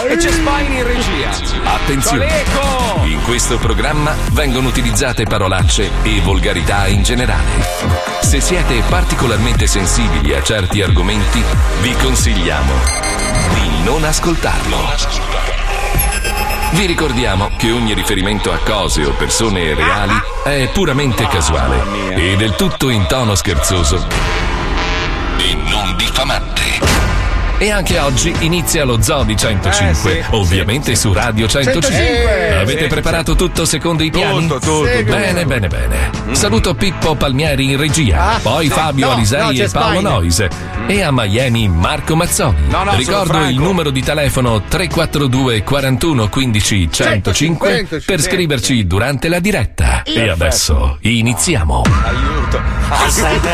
e c'è Spine in regia. Attenzione! In questo programma vengono utilizzate parolacce e volgarità in generale. Se siete particolarmente sensibili a certi argomenti, vi consigliamo di non ascoltarlo. Vi ricordiamo che ogni riferimento a cose o persone reali è puramente casuale e del tutto in tono scherzoso e non diffamante. E anche oggi inizia lo Zoo di 105, ovviamente su Radio 105. Avete preparato tutto secondo i piani? Tutto. Bene. Saluto Pippo Palmieri in regia, poi Fabio Alisei e Paolo Noise. E a Miami Marco Mazzoni. Ricordo il numero di telefono 342 41 15 105 per scriverci durante la diretta. E adesso iniziamo. Aiuto. Al sempre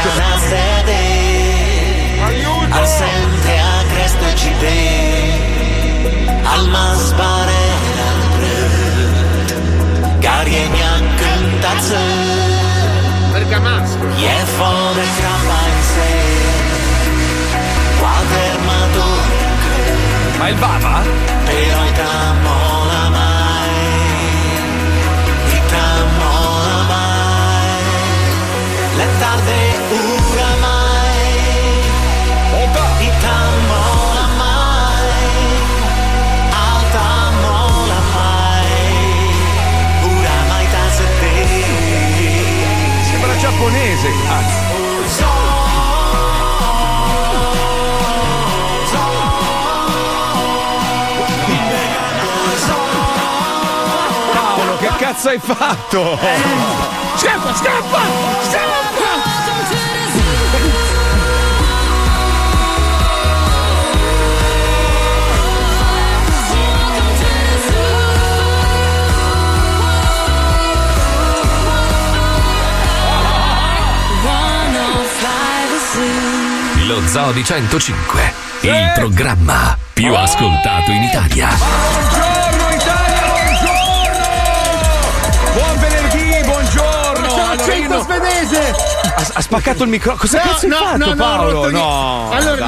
a Cresto ci al mas barera Garie Gnacchentazze Bergamasco Je fode crapa in sé Quatermatore Ma il Bava? Però t'ammola mai Le tarde ura mai T'ammola mai Alta mola mai Ura mai t'azze te Sembra giapponese, cazzo. Paolo, che cazzo hai fatto? Scappa! Lo Zoo di 105, il programma più ascoltato in Italia. Buongiorno Italia, buongiorno! Buon venerdì, buongiorno! L'accento svedese! Ha spaccato il microfono. Cosa cazzo hai fatto, Paolo? No. Allora,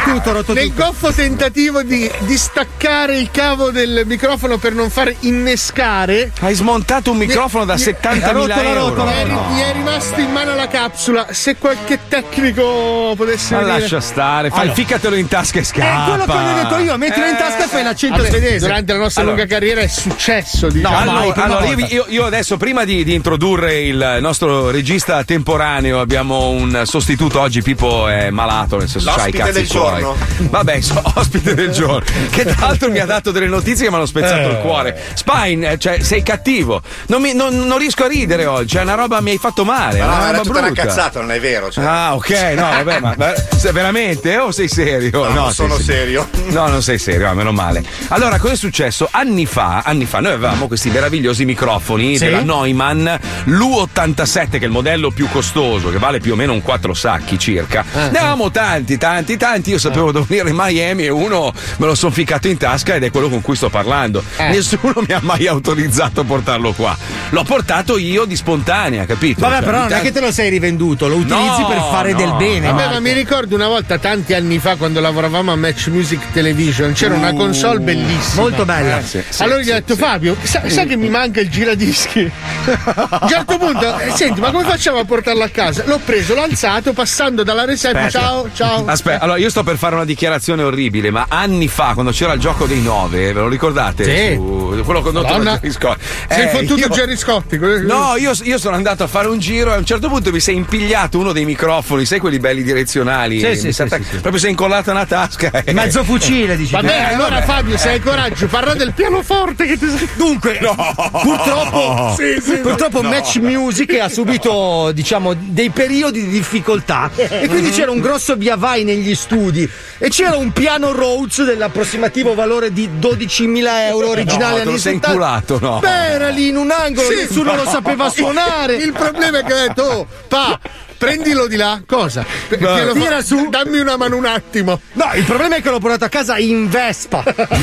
nel goffo tentativo di staccare il cavo del microfono per non far innescare. Hai smontato un microfono da 70.000 euro. Gli è rimasto in mano la capsula. Se qualche tecnico potesse Ma venire. lascia stare, ficatelo in tasca e scappa. È quello che ho detto io, mettilo in tasca e fai l'accento svedese. Durante la nostra lunga carriera è successo, diciamo. Allora, io adesso, prima di introdurre il nostro regista temporaneo, abbiamo un sostituto. Oggi Pippo è malato, nel senso c'ha i cazzi del suoi. giorno. Vabbè, ospite del giorno. Che tra l'altro mi ha dato delle notizie che mi hanno spezzato il cuore. Spine, cioè, sei cattivo. Non riesco a ridere oggi. È una roba, mi hai fatto male. Ma no, era roba tutta una brutta. cazzata, non è vero. Cioè. Ah, ok, no, vabbè, ma sei veramente o sei serio? No, non sono serio. No, non sei serio, meno male. Allora, cosa è successo? Anni fa, noi avevamo questi meravigliosi microfoni della Neumann l'U87, che è il modello più costoso, che vale più o meno un 4 sacchi circa. Ne avevamo tanti. Io sapevo dove venire in Miami e uno me lo son ficcato in tasca ed è quello con cui sto parlando. Nessuno mi ha mai autorizzato a portarlo qua. L'ho portato io di spontanea, capito? Vabbè, Cioè, però non è che te lo sei rivenduto, lo utilizzi per fare del bene. Vabbè, ma mi ricordo una volta, tanti anni fa, quando lavoravamo a Match Music Television, c'era una console bellissima. Molto bella. Allora gli ho detto, Fabio, sai che mi manca il giradischi? A un certo punto, senti, ma come facciamo a portarlo a casa? L'ho preso, l'ho alzato, passando dalla reception. Ciao. Aspetta, allora io sto per fare una dichiarazione orribile, ma anni fa, quando c'era il gioco dei 9, ve lo ricordate? Sì. Quello condotto da Gerry Scotti. Sei fottuto Gerry Scotti. No, io sono andato a fare un giro e a un certo punto mi sei impigliato uno dei microfoni, sai quelli belli direzionali? Sì. Proprio sei incollata una tasca. Mezzo fucile, dici. Va bene, allora Fabio, se hai coraggio, parla del pianoforte che ti sei... Dunque, purtroppo Match Music ha subito, diciamo, dei periodi di difficoltà e quindi c'era un grosso via vai negli studi e c'era un piano Rhodes dell'approssimativo valore di 12.000 euro originale anni 70. Inculato, no? Beh, era lì in un angolo, nessuno lo sapeva suonare. Il problema è che ho detto, prendilo di là. Cosa? Tira su. Dammi una mano un attimo. No, il problema è che l'ho portato a casa in Vespa.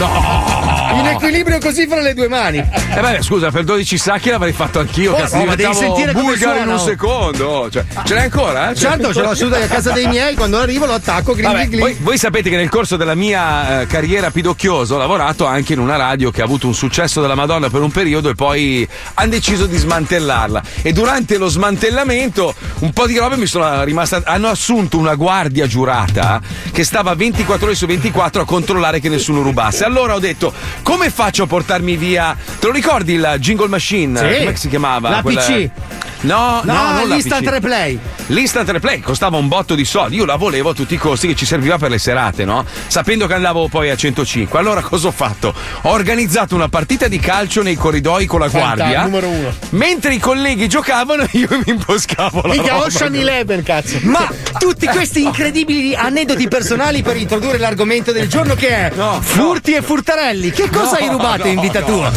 No! In equilibrio così fra le due mani. Beh, scusa, per 12 sacchi l'avrei fatto anch'io. Oh, ma devi sentire come bulgaro in suona, un secondo. Cioè, ce l'hai ancora? Certo, ce l'ho asciutta a casa dei miei. Quando arrivo lo attacco. Voi sapete che nel corso della mia carriera pidocchioso ho lavorato anche in una radio che ha avuto un successo della Madonna per un periodo e poi hanno deciso di smantellarla. E durante lo smantellamento un po' di robe mi sono rimasta. Hanno assunto una guardia giurata che stava 24 ore su 24 a controllare che nessuno rubasse. Allora ho detto: come faccio a portarmi via? Te lo ricordi il Jingle Machine? Sì. Come si chiamava? La PC. No, non l'Instant Replay. L'Instant Replay costava un botto di soldi. Io la volevo a tutti i costi, che ci serviva per le serate, no? Sapendo che andavo poi a 105. Allora cosa ho fatto? Ho organizzato una partita di calcio nei corridoi con la guardia. Numero 1. Mentre i colleghi giocavano, io mi imboscavo la Mica roba. Ocean Eleven, cazzo. Ma tutti questi incredibili aneddoti personali per introdurre l'argomento del giorno, che è furti e furtarelli. Che cosa hai rubato in vita tua?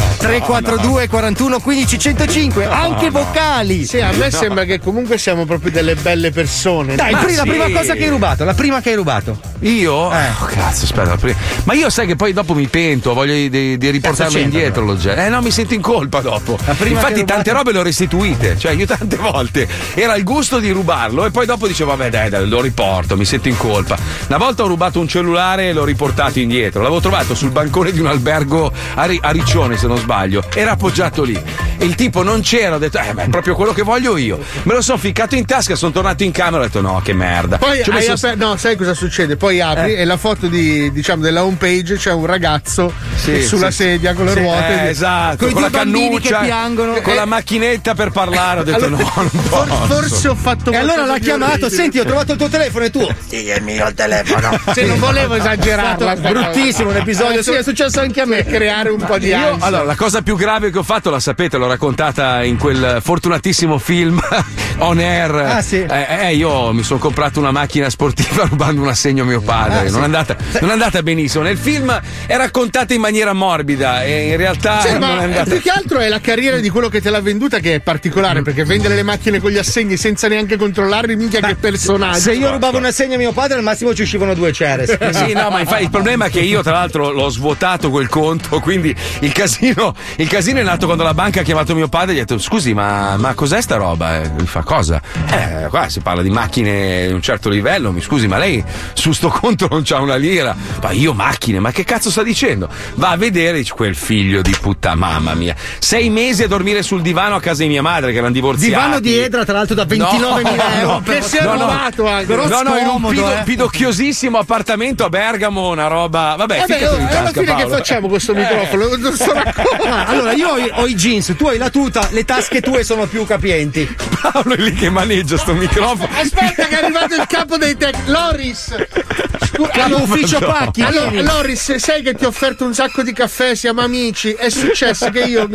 342 41 15 105, anche vocali. Sì, a me sembra che comunque siamo proprio delle belle persone. Dai, la prima cosa che hai rubato, la prima che hai rubato. Io? Oh, cazzo, aspetta. Ma io sai che poi dopo mi pento, voglio di riportarlo indietro l'oggetto. No, mi sento in colpa dopo. Infatti tante robe le ho restituite. Cioè, io tante volte era il gusto di rubarlo e poi dopo dicevo, vabbè dai, lo riporto, mi sento in colpa. Una volta ho rubato un cellulare e l'ho riportato indietro. L'avevo trovato sul bancone di un albergo a Riccione, se non sbaglio. Era appoggiato lì. E il tipo non c'era, ho detto, ma è proprio quello che voglio io. Me lo sono ficcato in tasca, sono tornato in camera e ho detto, no, che merda. Poi no, sai cosa succede? Poi apri e la foto della home page c'è un ragazzo sulla sedia con le ruote. Esatto, con la cannuccia, che piangono, con la macchinetta per parlare. Ho detto allora, no, non posso. Forse ho fatto. E allora l'ha chiamato, senti, ho trovato il tuo telefono e tu. Sì, è il mio telefono. Se non volevo esagerarla. Bruttissimo l'episodio, sì, è successo anche a me. Creare un po' di ansia. Allora, la cosa più grave che ho fatto, la sapete, l'ho raccontata in quel fortunatissimo film On Air. Ah, sì. Io mi sono comprato una macchina sportiva rubando un assegno a mio padre. Non è andata benissimo. Nel film è raccontata in maniera morbida e in realtà non è andata. Più che altro è la carriera di quello che te l'ha venduta che è particolare, perché vendere le macchine con gli assegni senza neanche controllarli, minchia che personaggio. Se io rubavo un assegno a mio padre, al massimo ci uscivano 2 Ceres. Sì, no, ma infatti il problema è che io tra l'altro l'ho svuotato quel conto, quindi il casino è nato quando la banca ha chiamato mio padre e gli ha detto: scusi, ma cos'è sta roba? Mi fa: cosa? Qua si parla di macchine di un certo livello, mi scusi, ma lei su sto conto non c'ha una lira. Ma io macchine, ma che cazzo sta dicendo? Va a vedere, dice, quel figlio di puttana, mamma mia. 6 mesi a dormire sul divano a casa di mia madre, che erano divorziati. Divano di Edra, tra l'altro, da 29.000 euro. Che si è rubato anche. Però in un pidocchiosissimo appartamento a Bergamo, una roba. Vabbè, alla fine che facciamo con questo microfono? Non so allora, io ho i jeans, tu hai la tuta, le tasche tue sono più capienti. Paolo è lì che maneggia sto microfono. Aspetta che è arrivato il capo dei Loris. Capo ufficio pacchi. Allora, Loris, sai che ti ho offerto un sacco di caffè, siamo amici. È successo che io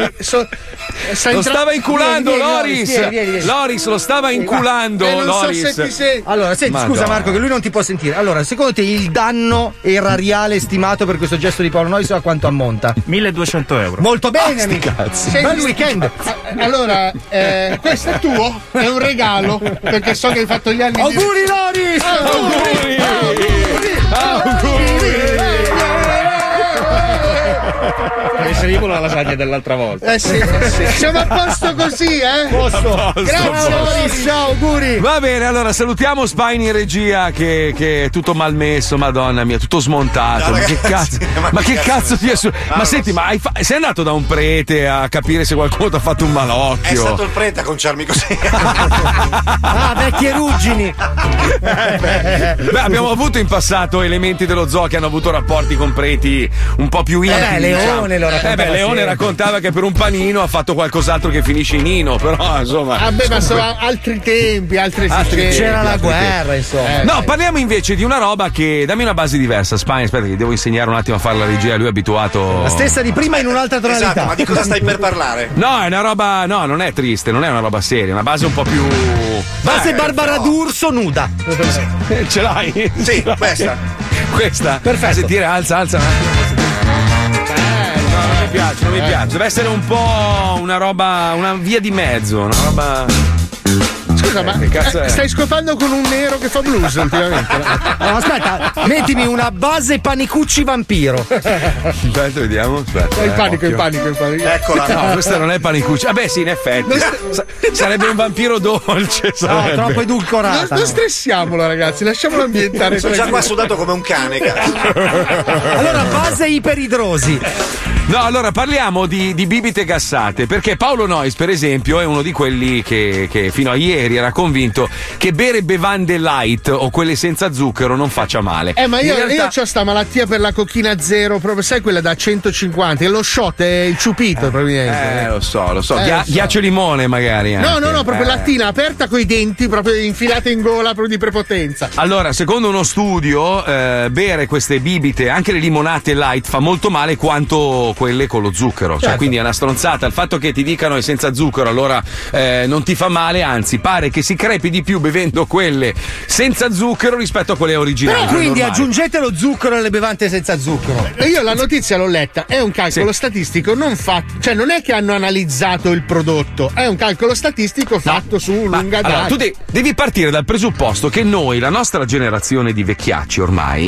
lo stava inculando, Loris. Vieni. Loris lo stava inculando, non Loris. So se ti sei. Allora, senti, scusa Marco, che lui non ti può sentire. Allora, secondo te il danno erariale stimato per questo gesto di Paolo Nois a quanto ammonta? 1.200 euro. Molto bene, amico. Bel weekend. Allora, questo è tuo, è un regalo, perché so che hai fatto gli anni. Auguri, Loris! Auguri! Preferivo la lasagna dell'altra volta. Sì. Siamo a posto così, Posto. Grazie, Loris. Ciao, auguri. Va bene, allora salutiamo Spine in regia che è tutto malmesso, madonna mia, tutto smontato. No, ma che cazzo? Ma che cazzo ti è Ma senti, ma sei andato da un prete a capire se qualcuno ti ha fatto un malocchio? È stato il prete a conciarmi così. Vecchie ruggini. Beh, abbiamo avuto in passato elementi dello zoo che hanno avuto rapporti con preti un po' più intimi. Leone lo raccontava. Leone raccontava che per un panino ha fatto qualcos'altro che finisce in Ino, però insomma. Vabbè, ma sono altri tempi, altre esigenze. C'era la guerra, insomma. No, parliamo invece di una roba che. Dammi una base diversa, Spine. Aspetta, che devo insegnare un attimo a fare la regia. Lui è abituato. La stessa di prima in un'altra tonalità. Esatto, ma di cosa stai per parlare? No, è una roba. No, non è triste, non è una roba seria, è una base un po' più. Base Barbara D'Urso nuda. Ce l'hai? Sì, questa. Questa? Perfetto. A sentire, alza. Non mi piace. Deve essere un po' una roba, una via di mezzo, una roba. Scusa, Scusa, ma che cazzo è? stai scopando con un nero che fa blues ultimamente? No, aspetta, mettimi una base panicucci vampiro. Aspetta, vediamo. Aspetta, In panico. Eccola. No, questa non è panicucci. Vabbè, sì, in effetti. Sarebbe un vampiro dolce. No, Sarebbe. troppo edulcorata. Non stressiamolo, ragazzi, lasciamolo ambientare. Sono già qua sudato come un cane, cazzo. Allora, base iperidrosi. No, allora parliamo di bibite gassate, perché Paolo Noyes, per esempio, è uno di quelli che fino a ieri era convinto che bere bevande light o quelle senza zucchero non faccia male. Ma In io realtà- ho sta malattia per la cochina zero, proprio, sai, quella da 150, e lo shot è il ciupito, probabilmente. Lo so. Lo so. Ghiaccio e limone, magari. No, anche. proprio lattina aperta coi denti, proprio infilata in gola, proprio di prepotenza. Allora, secondo uno studio, bere queste bibite, anche le limonate light, fa molto male quanto quelle con lo zucchero. Cioè, quindi è una stronzata. Il fatto che ti dicano è senza zucchero, allora non ti fa male, anzi, pare che si crepi di più bevendo quelle senza zucchero rispetto a quelle originali. Però quindi normali. aggiungete lo zucchero alle bevande senza zucchero. Io la notizia l'ho letta, è un calcolo statistico non fatto, cioè non è che hanno analizzato il prodotto, è un calcolo statistico fatto su lunga data. Allora, tu devi partire dal presupposto che noi, la nostra generazione di vecchiacci ormai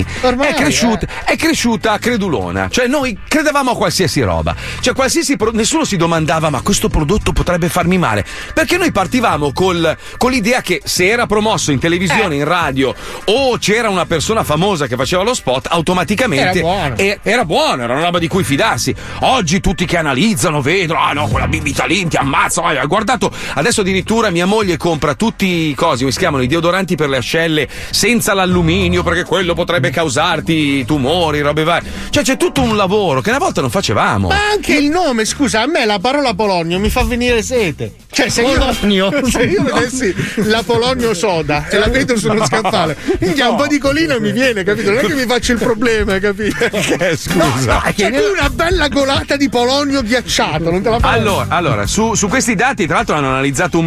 è cresciuta credulona. Cioè, noi credevamo a qualsiasi roba. Cioè, nessuno si domandava, ma questo prodotto potrebbe farmi male. Perché noi partivamo con l'idea che se era promosso in televisione, in radio, o c'era una persona famosa che faceva lo spot, automaticamente era buono, era una roba di cui fidarsi. Oggi tutti che analizzano, vedono, no, quella bibita lì ti ammazza. Hai guardato, adesso addirittura mia moglie compra tutti i cosi, come si chiamano, i deodoranti per le ascelle senza l'alluminio, perché quello potrebbe causarti tumori, robe varie. Cioè, c'è tutto un lavoro che una volta non facevamo. Ma anche il nome, scusa, a me la parola Polonio mi fa venire sete. Cioè, se io vedessi la Polonio soda, ce la vedo sullo scaffale, minchia, un po' di colina mi viene, capito? Non è che mi faccio il problema, capito? Scusa. C'è qui una bella colata di Polonio ghiacciato, non te la fai? Allora, su questi dati, tra l'altro, hanno analizzato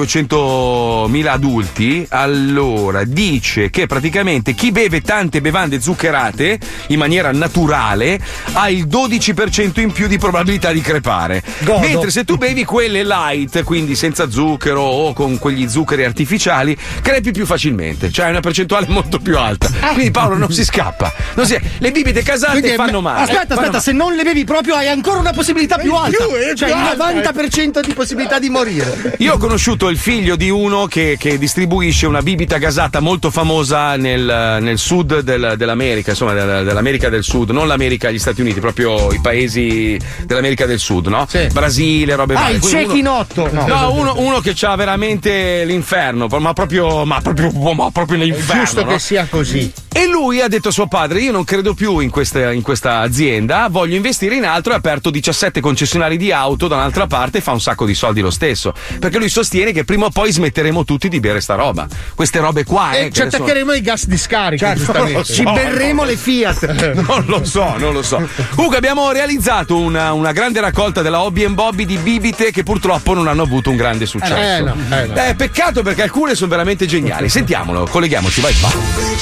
1.200.000 adulti. Allora, dice che praticamente chi beve tante bevande zuccherate in maniera naturale ha il 12% in più di probabilità di crepare. Mentre se tu bevi quelle light, quindi senza zucchero o con quegli zuccheri artificiali, crepi più facilmente. Cioè, è una percentuale molto più alta. Quindi Paolo non si scappa. Le bibite casate fanno male. Aspetta, se non le bevi proprio hai ancora una possibilità più alta. Cioè il 90% di possibilità di morire. Io ho conosciuto il figlio di uno che distribuisce una bibita gasata molto famosa nel sud dell'America, insomma dell'America del Sud, non l'America, gli Stati Uniti, proprio i paesi dell'America del Sud, no? Sì. Brasile, robe varie. Il cechinotto. Uno che c'ha veramente l'inferno, ma proprio l'inferno. È giusto no? che sia così. E lui ha detto a suo padre: io non credo più in questa azienda, voglio investire in altro. E ha aperto 17 concessionari di auto da un'altra parte e fa un sacco di soldi lo stesso, perché lui sostiene che prima o poi smetteremo tutti di bere sta roba, queste robe qua. E ci attaccheremo ai gas di scarica, giustamente. Ci berremo le Fiat. Non lo so. Comunque abbiamo realizzato una grande raccolta della Hobby & Bobby di bibite che purtroppo non hanno avuto un grande successo. No. Peccato, perché alcune sono veramente geniali. Sentiamolo, colleghiamoci, vai qua.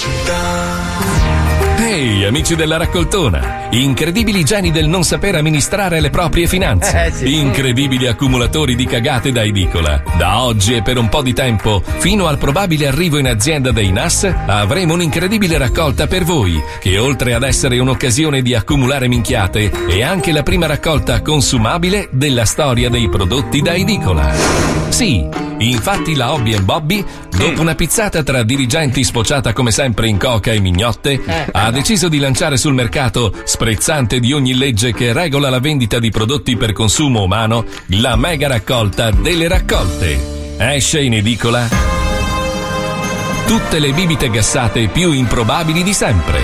Ehi, amici della raccoltona! Incredibili geni del non saper amministrare le proprie finanze. Incredibili accumulatori di cagate da edicola. Da oggi e per un po' di tempo, fino al probabile arrivo in azienda dei NAS, avremo un'incredibile raccolta per voi, che oltre ad essere un'occasione di accumulare minchiate, è anche la prima raccolta consumabile della storia dei prodotti da edicola. Sì, infatti la Hobby & Bobby, dopo una pizzata tra dirigenti sfociata come sempre in coca e mignotte, ha deciso di lanciare sul mercato, sprezzante di ogni legge che regola la vendita di prodotti per consumo umano, la mega raccolta delle raccolte. Esce in edicola tutte le bibite gassate più improbabili di sempre.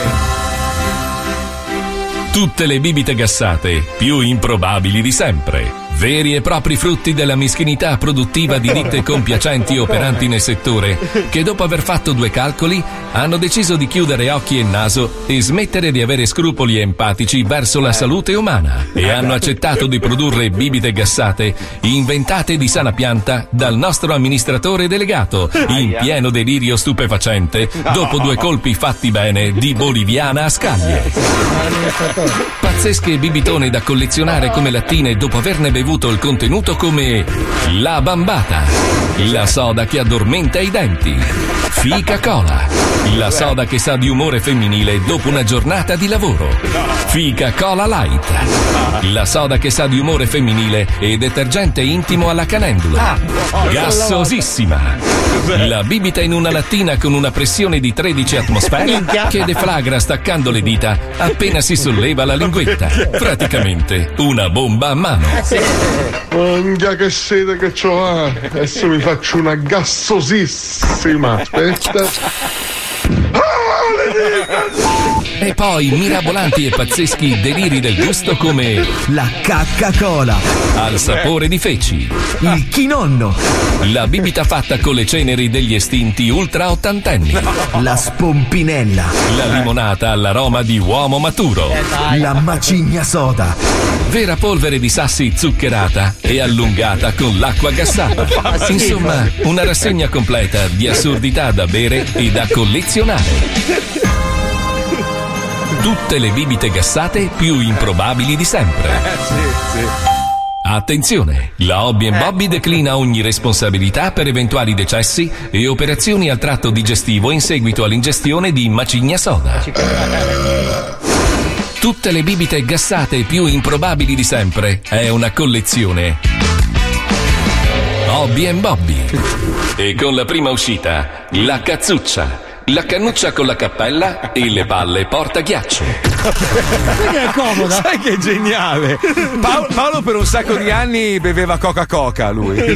Tutte le bibite gassate più improbabili di sempre. Veri e propri frutti della meschinità produttiva di ditte compiacenti operanti nel settore, che dopo aver fatto 2 calcoli hanno deciso di chiudere occhi e naso e smettere di avere scrupoli empatici verso la salute umana, e hanno accettato di produrre bibite gassate inventate di sana pianta dal nostro amministratore delegato, in pieno delirio stupefacente dopo 2 colpi fatti bene di boliviana a scaglie. pazzesche bibitone da collezionare come lattine dopo averne bevuto il contenuto come la bambata, la soda che addormenta i denti, Fica Cola, la soda che sa di umore femminile dopo una giornata di lavoro, Fica Cola Light, la soda che sa di umore femminile e detergente intimo alla canendula, gassosissima, la bibita in una lattina con una pressione di 13 atmosfere che deflagra staccando le dita appena si solleva la linguetta, praticamente una bomba a mano. Minchia che sete che c'ho, adesso mi faccio una gassosissima, aspetta. E poi mirabolanti e pazzeschi deliri del gusto come la cacca cola al sapore di feci, il chinonno, la bibita fatta con le ceneri degli estinti ultra ottantenni, la spompinella, la limonata all'aroma di uomo maturo, la macigna soda, vera polvere di sassi zuccherata e allungata con l'acqua gassata. Insomma, una rassegna completa di assurdità da bere e da collezionare. Tutte le bibite gassate più improbabili di sempre. Attenzione, la Hobby Bobby declina ogni responsabilità per eventuali decessi e operazioni al tratto digestivo in seguito all'ingestione di macigna soda. Tutte le bibite gassate più improbabili di sempre è una collezione Hobby Bobby. E con la prima uscita, la cazzuccia, la cannuccia con la cappella e le palle portaghiaccio. Sai che è comoda? Sai che è geniale? Paolo per un sacco di anni beveva Coca-Cola, lui.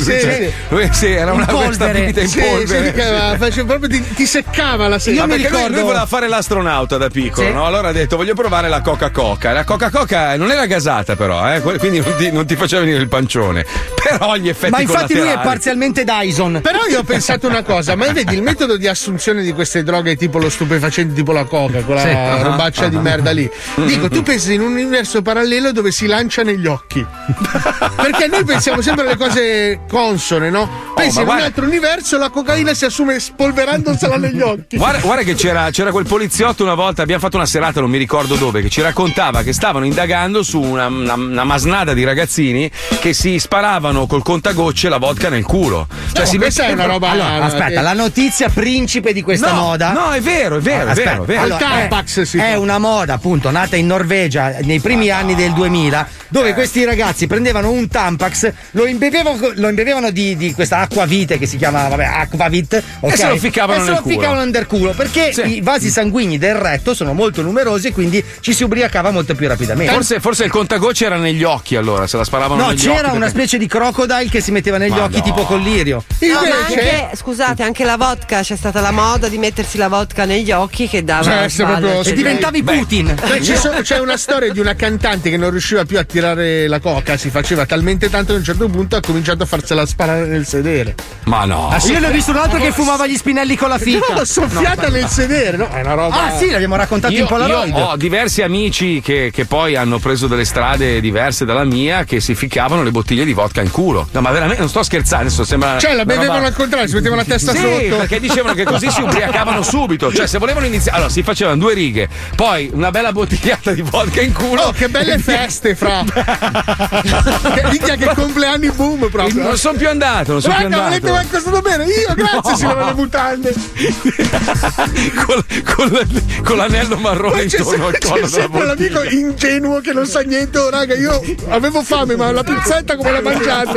Sì, era una questa bibita in polvere. Proprio ti seccava la sera. Io mi ricordo lui voleva fare l'astronauta da piccolo, no? Allora ha detto voglio provare la Coca-Cola. La Coca-Cola non era gasata però, quindi non ti faceva venire il pancione. Però gli effetti ma infatti collaterali. lui è parzialmente Dyson. Però io ho pensato una cosa, ma vedi il metodo di assunzione di queste droghe tipo lo stupefacente, tipo la Coca, quella robaccia di merda lì. Dico, tu pensi in un universo parallelo dove si lancia negli occhi. Perché noi pensiamo sempre alle cose consone, no? Pensi in un altro universo la cocaina si assume spolverandosela negli occhi. Guarda che c'era quel poliziotto una volta, abbiamo fatto una serata, non mi ricordo dove, che ci raccontava che stavano indagando su una masnada di ragazzini che si sparavano col contagocce la vodka nel culo. Cioè questa è una roba. Allora, aspetta, la notizia principe di questa moda. No, è vero. Allora, Tampax è una moda appunto nata in Norvegia nei primi anni del 2000, dove questi ragazzi prendevano un Tampax, lo imbevevano di questa acquavite che si chiama Aquavit, okay? E se lo ficcavano nel culo perché i vasi sanguigni del retto sono molto numerosi e quindi ci si ubriacava molto più rapidamente. Forse il contagocce era negli occhi, allora se la sparavano negli occhi. No, c'era una specie di crocodile che si metteva negli occhi tipo Collirio. Scusate, anche la vodka, c'è stata la moda di mettersi la vodka negli occhi che dava e diventavi Putin. C'è una storia di una cantante che non riusciva più a tirare la coca, si faceva talmente tanto che a un certo punto ha cominciato a farsela sparare nel sedere. Ma no. Io ne ho visto un altro che fumava gli spinelli con la fica. No, soffiata nel sedere, no? È una roba. Ah sì, l'abbiamo raccontato in Polaroid. Io ho diversi amici che poi hanno preso delle strade diverse dalla mia che si ficcavano le bottiglie di vodka in culo. No, ma veramente non sto scherzando, adesso sembra. Cioè, la bevevano al contrario, si mettevano la testa sotto. Perché dicevano che così si ubriacavano subito. Cioè, se volevano iniziare. Allora, si facevano 2 righe, poi una bella bottigliata di vodka in culo. Oh, che belle feste, fra. Minchia, che compleanni boom proprio. Non sono più andato, volete qualcosa bene? Io, grazie, si leva le mutande. con l'anello marrone intorno al collo. C'è sempre l'amico ingenuo che non sa niente. Oh, raga, io avevo fame, ma la pizzetta come la mangiate?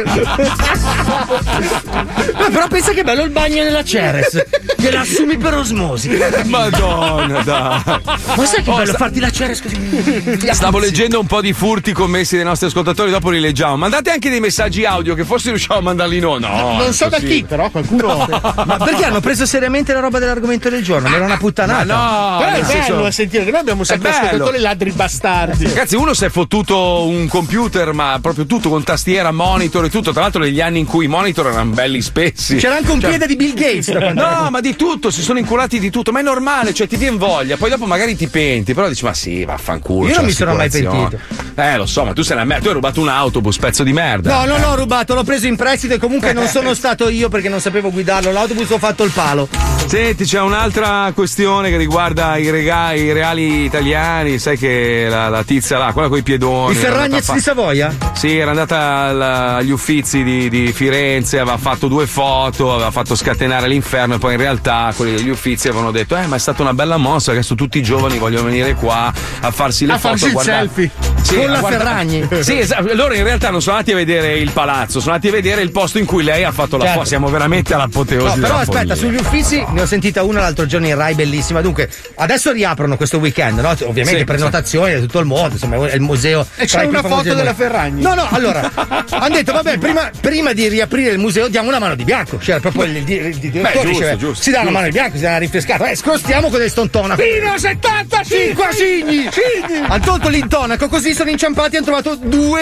Però pensa che bello il bagno nella Ceres. Che la assumi per osmosi. Madonna, dai. Ma sai che bello farti la Ceres così? Stavo leggendo un po' di furti commessi dai nostri ascoltatori, dopo li leggiamo. Mandate anche dei messaggi audio che forse riusciamo a mandarli noi. No, non so da chi, però qualcuno. Ma perché hanno preso seriamente la roba dell'argomento del giorno? Era una puttanata. No, però è bello a sentire che noi abbiamo sempre ascoltatori ladri bastardi. Ragazzi, uno si è fottuto un computer, ma proprio tutto con tastiera, monitor e tutto. Tra l'altro negli anni in cui i monitor erano belli spessi. C'era anche un piede di Bill Gates. No, ma di tutto, si sono inculati di tutto, ma è normale, cioè ti viene voglia, poi dopo magari ti penti, però dici ma sì, vaffanculo. Io non mi sono mai pentito. Lo so, ma tu sei una merda, tu hai rubato un autobus, pezzo di merda. No, non l'ho rubato, l'ho preso in prestito e comunque non sono stato io perché non sapevo guidarlo, l'autobus ho fatto il palo. Senti, c'è un'altra questione che riguarda i reali italiani. Sai che la tizia là, quella con i piedoni. Il Ferragnez di Savoia? Sì, era andata agli Uffizi di Firenze, aveva fatto 2 foto, aveva fatto scatenare l'inferno e poi in realtà quelli degli Uffizi avevano detto ma è stata una bella mossa, adesso tutti i giovani vogliono venire qua a farsi le foto. Farsi il selfie. Sì, con la Ferragni. Sì, esatto. Loro in realtà non sono andati a vedere il palazzo, sono andati a vedere il posto in cui lei ha fatto la foto. Siamo veramente all'apoteosi. No, però della aspetta, follia. sugli Uffizi ne ho sentita una l'altro giorno in Rai, bellissima. Dunque, adesso riaprono questo weekend, no? Ovviamente prenotazioni da tutto il mondo, insomma, è il museo. E c'è una foto della Ferragni. No, allora, hanno detto, vabbè, prima di riaprire il museo diamo una mano di bianco. C'era proprio il direttore, giusto, si dà una mano di bianco, si dà una rinfrescata. Scrostiamo con le stontona. Fino a 75 Signi! Hanno tolto l'intonaco, così sono inciampati e hanno trovato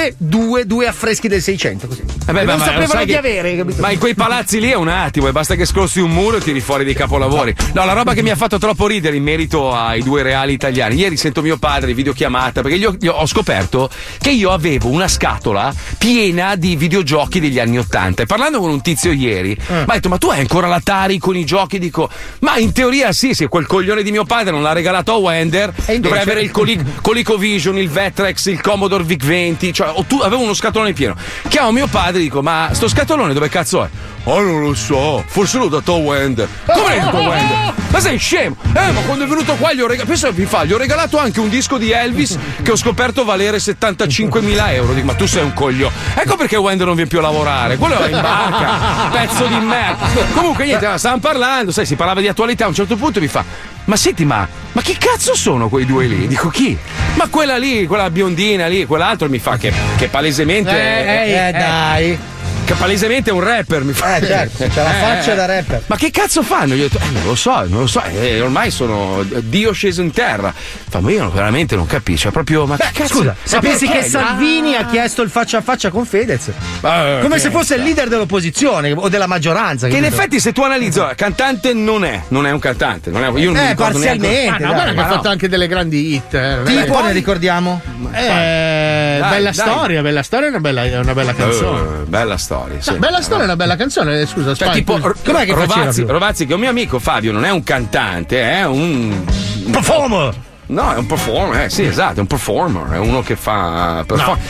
due affreschi del 600. Così. Non sapevano di avere, capito? Ma in quei palazzi lì è un attimo, basta che scrossi un muro e tiri fuori dei capolavori. No, la roba che mi ha fatto troppo ridere in merito ai 2 reali italiani. Ieri sento mio padre in videochiamata perché gli ho scoperto che io avevo una scatola piena di videogiochi degli anni '80 e parlando con un tizio ieri mi ha detto: ma tu hai ancora l'Atari con i giochi? Dico: ma in teoria sì, se quel coglione di mio padre non l'ha regalato a Wender dovrei avere il ColecoVision, il Vectrex, il Commodore VIC-20, cioè avevo uno scatolone pieno. Chiamo mio padre e dico: ma sto scatolone dove cazzo è? Non lo so, forse l'ho dato a Wender. Come l'hai dato a Wender? Ma sei scemo? Ma quando è venuto qua gli ho regalato anche un disco di Elvis che ho scoperto valere 75.000 euro. Dico: ma tu sei un coglio. Ecco perché Wender non viene più a lavorare. Quello è in barca, pezzo di merda. Comunque niente, stavamo parlando, sai, si parlava di attualità. A un certo punto mi fa: ma senti, ma chi cazzo sono quei 2 lì? Dico: chi? Ma quella lì, quella biondina lì, quell'altro mi fa che palesemente dai. Che palesemente è un rapper, mi fa. Certo, c'ha la faccia da rapper. Ma che cazzo fanno? Io ho detto: non lo so, ormai sono Dio sceso in terra. Ma io veramente non capisco, proprio. Ma che cazzo? Scusa, se pensi che Salvini ha chiesto il faccia a faccia con Fedez? Come se fosse il leader dell'opposizione o della maggioranza. Che in effetti, se tu analizzi, cantante non è un cantante. Io non mi ricordo parzialmente. Ma guarda che ha fatto anche delle grandi hit. Tipo ne ricordiamo? Bella storia è una bella canzone. Bella storia. Sì. No, bella storia è una bella canzone, scusa. Cioè, tipo com'è che Rovazzi, che è un mio amico Fabio, non è un cantante, è un performer. No, è un performer, sì, esatto, è un performer, è uno che fa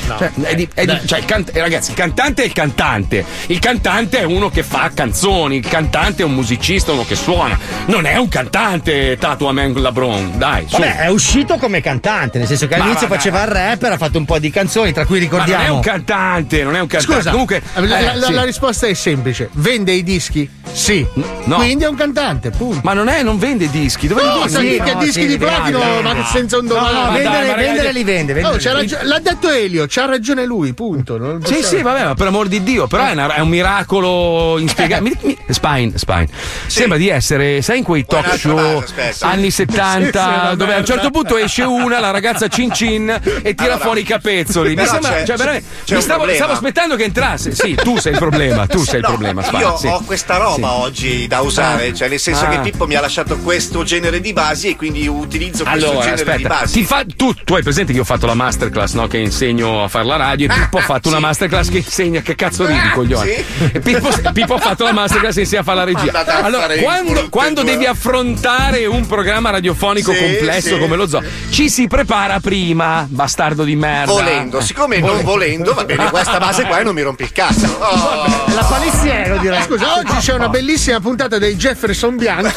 ragazzi, il cantante è il cantante. Il cantante è uno che fa canzoni, il cantante è un musicista, uno che suona. Non è un cantante Tatu Amen Labron, dai, su. Vabbè, è uscito come cantante, nel senso che all'inizio faceva il rapper, ha fatto un po' di canzoni, tra cui ricordiamo. Ma non è un cantante. Scusa, comunque la risposta è semplice. Vende i dischi? Sì. No. Quindi è un cantante, punto. Ma non vende dischi, dove li vende? Che dischi di platino, ma senza un domani. Vendere li vende. L'ha detto Elio, c'ha ragione lui, punto. Sì, vabbè, ma per amor di Dio, però è un miracolo inspiegabile. Spine. Sembra di essere, sai, in quei talk show anni 70, dove a un certo punto esce la ragazza Cin Cin e tira fuori i capezzoli. Mi sembra, stavo aspettando che entrasse. Sì, tu sei il problema, Spine. Io ho questa roba oggi da usare, cioè nel senso che Pippo mi ha lasciato questo genere di basi e quindi utilizzo questo genere di basi. Tu hai presente che io ho fatto la masterclass, no? Che insegno a fare la radio, e Pippo ha fatto una masterclass che insegna, che cazzo ridi, coglione? Sì? E Pippo ha fatto la masterclass e insegna a fare la regia. Allora, quando devi affrontare un programma radiofonico complesso come lo Zoo, ci si prepara prima, bastardo di merda. Volendo, siccome non volendo, va bene, questa base qua e non mi rompi il cazzo. La palissiero, direi. Scusa, oggi c'è una bellissima puntata dei Jefferson bianchi.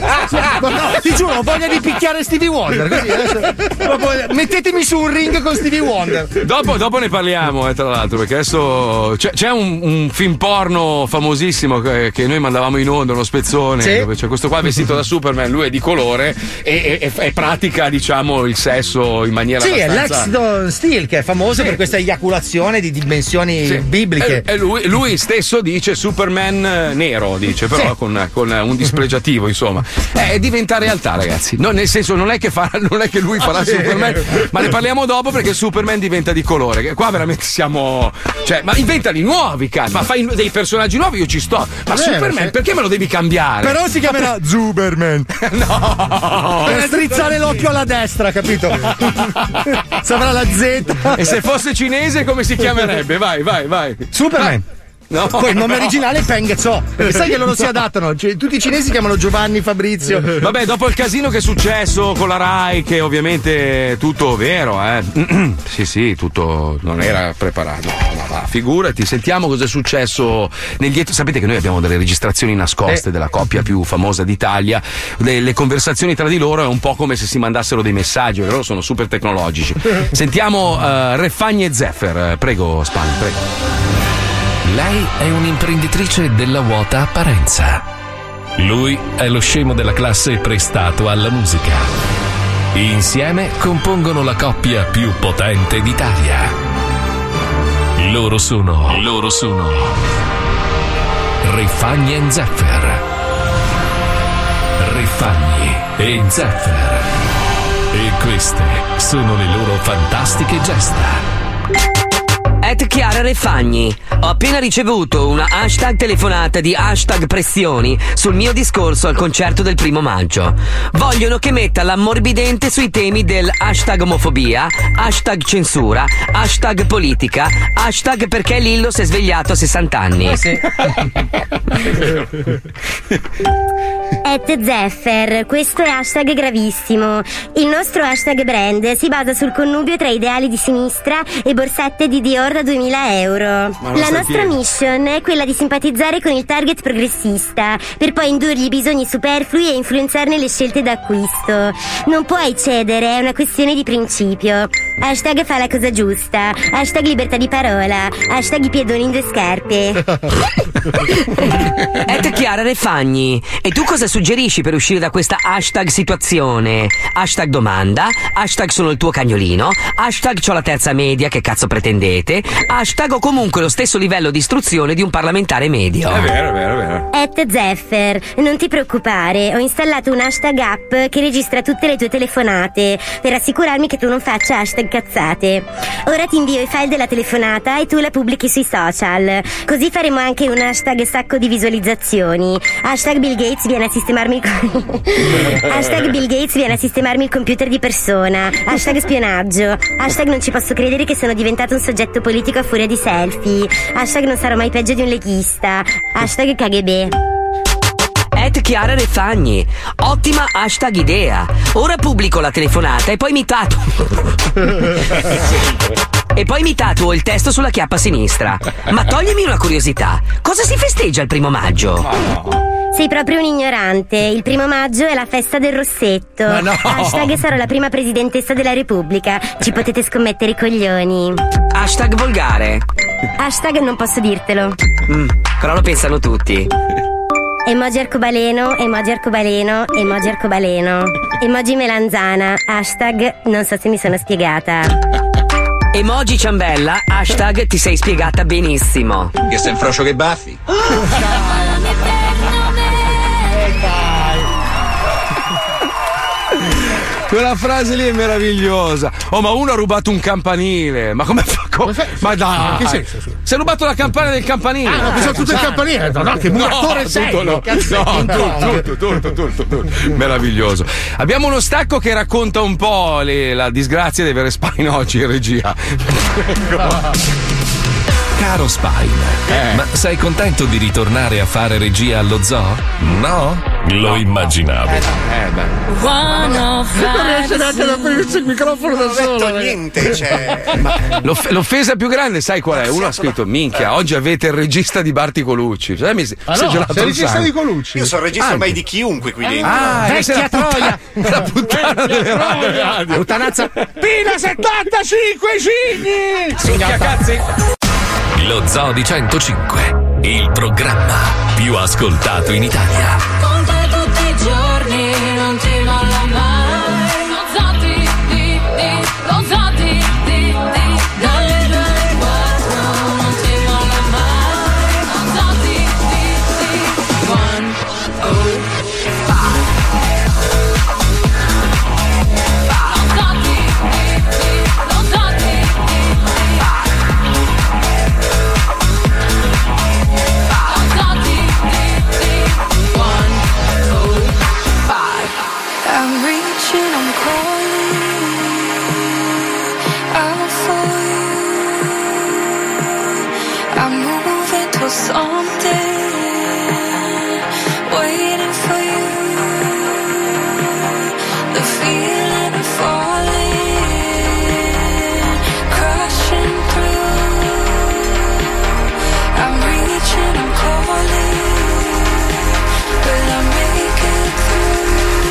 Ti giuro, ho voglia di picchiare Stevie Wonder. Così, mettetemi su un ring con Stevie Wonder. Dopo ne parliamo, tra l'altro, perché adesso c'è un film porno famosissimo che noi mandavamo in onda, uno spezzone, dove c'è questo qua vestito da Superman, lui è di colore e pratica, diciamo, il sesso in maniera abbastanza... Sì, è Lexington Steele, che è famoso per questa eiaculazione di dimensioni bibliche. E lui stesso dice Superman nero, dice, però con un dispregiativo, insomma. Diventa realtà, ragazzi. No, nel senso, non è che lui farà Superman, ma ne parliamo dopo, perché Superman diventa di colore. Che qua veramente siamo. Cioè, ma inventali nuovi, ma fai dei personaggi nuovi, io ci sto. Ma Superman, perché me lo devi cambiare? Però si chiamerà Superman. No! Per strizzare l'occhio alla destra, capito? Saprà la Z. E se fosse cinese, come si chiamerebbe? Vai. Superman. No. Poi il nome originale è Peng Zo. Sai che loro si adattano? Cioè, tutti i cinesi chiamano Giovanni, Fabrizio. Vabbè, dopo il casino che è successo con la Rai, che ovviamente tutto vero, sì, tutto non era preparato. Ma va, figurati, sentiamo cosa è successo nel dietro. Sapete che noi abbiamo delle registrazioni nascoste della coppia più famosa d'Italia. Le conversazioni tra di loro è un po' come se si mandassero dei messaggi, loro sono super tecnologici. Sentiamo Refagni e Zeffer. Prego, Spagna, prego. Lei è un'imprenditrice della vuota apparenza. Lui è lo scemo della classe prestato alla musica. Insieme compongono la coppia più potente d'Italia. Loro sono Refagni e Zeffer. Refagni e Zeffer. E queste sono le loro fantastiche gesta. Chiara Refagni, ho appena ricevuto una hashtag telefonata di hashtag pressioni sul mio discorso al concerto del 1° maggio. Vogliono che metta l'ammorbidente sui temi del hashtag omofobia, hashtag censura, hashtag politica, hashtag perché Lillo si è svegliato a 60 anni. Zeffer, questo è hashtag gravissimo. Il nostro hashtag brand si basa sul connubio tra ideali di sinistra e borsette di Dior da 2000 euro. La nostra mission è quella di simpatizzare con il target progressista per poi indurgli i bisogni superflui e influenzarne le scelte d'acquisto. Non puoi cedere, è una questione di principio. Hashtag fa la cosa giusta, hashtag libertà di parola, hashtag i piedoni in 2 scarpe. Chiara Refagni, e tu cosa suggerisci per uscire da questa hashtag situazione? Hashtag domanda, hashtag sono il tuo cagnolino, hashtag c'ho la terza media, che cazzo pretendete, hashtag ho comunque lo stesso livello di istruzione di un parlamentare medio. È vero. Zeffer, non ti preoccupare, ho installato un hashtag app che registra tutte le tue telefonate per assicurarmi che tu non faccia hashtag cazzate. Ora ti invio i file della telefonata e tu la pubblichi sui social. Così faremo anche un hashtag sacco di visualizzazioni. Hashtag Bill Gates viene a sistemarmi hashtag Bill Gates viene a sistemarmi il computer di persona. Hashtag spionaggio. Hashtag non ci posso credere che sono diventato un soggetto politico a furia di selfie. Hashtag non sarò mai peggio di un leghista. Hashtag KGB. Chiara Refagni, ottima hashtag idea. Ora pubblico la telefonata e poi mi tatuo il testo sulla chiappa sinistra. Ma toglimi una curiosità, cosa si festeggia il 1° maggio? Sei proprio un ignorante. Il 1° maggio è la festa del rossetto. Hashtag sarò la prima presidentessa della Repubblica. Ci potete scommettere i coglioni. Hashtag volgare. Hashtag non posso dirtelo. Però lo pensano tutti. Emoji arcobaleno, emoji arcobaleno, emoji arcobaleno. Emoji melanzana, hashtag non so se mi sono spiegata. Emoji ciambella, hashtag ti sei spiegata benissimo. Che sei un frocio che baffi. Quella frase lì è meravigliosa. Oh, ma uno ha rubato un campanile. Ma come fa? Ma dai, che senso? Si è rubato la campana del campanile. Ah, no, pensavo tutto il campanile. No, che muratore sei. Tutto. Meraviglioso. Abbiamo uno stacco che racconta un po' la disgrazia di avere Spine oggi in regia. Caro Spine, ma sei contento di ritornare a fare regia allo zoo? No? Lo immaginavo. Non riesce neanche ad aprirsi il microfono da solo. Niente, c'è. L'offesa più grande, sai qual è? Uno ha scritto: minchia, oggi avete il regista di Barti Colucci. Cioè, sei il regista di Colucci? Io sono il regista ormai di chiunque qui dentro. Vecchia troia! La puttana delle radio. Puttanazza. Pina 75 cigni! Minchia cazzi! Lo Zoo di 105, il programma più ascoltato in Italia. Con te tutti i giorni, non ti molla mai. Lo Zoo lo Zoo dalle 2 alle 4, non ti molla mai. Lo Zoo till something, waiting for you. The feeling of falling, crashing through. I'm reaching, I'm calling. Will I make it through?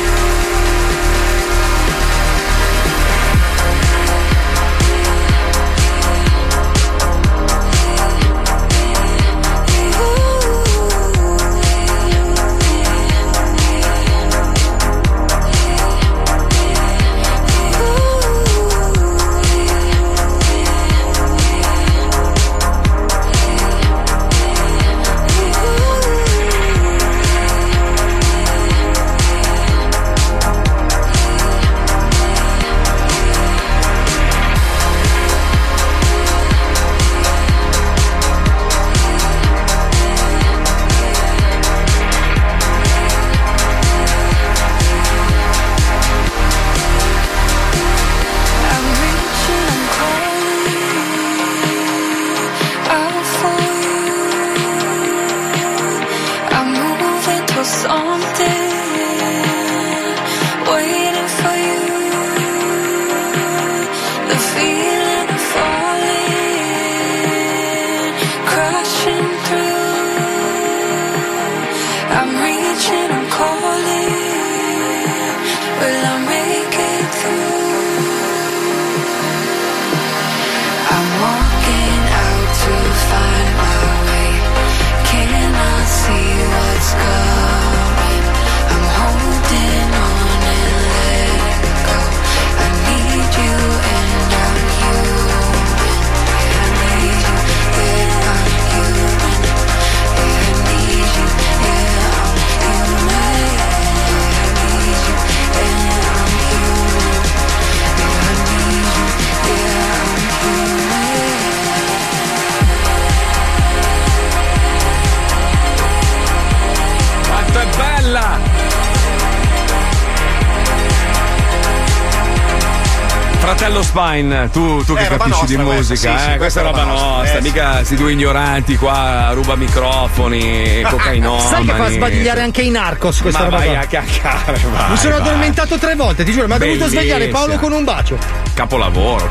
Fratello Spine, tu che capisci di musica, sì, questa è roba nostra, mica questi due ignoranti qua, ruba microfoni, cocainomani. Sai che fa sbadigliare anche i Narcos questa roba vai qua. a cacare, vai. Mi sono addormentato 3 volte, ti giuro, mi ha dovuto Bellissima. svegliare Paolo con un bacio. Capolavoro.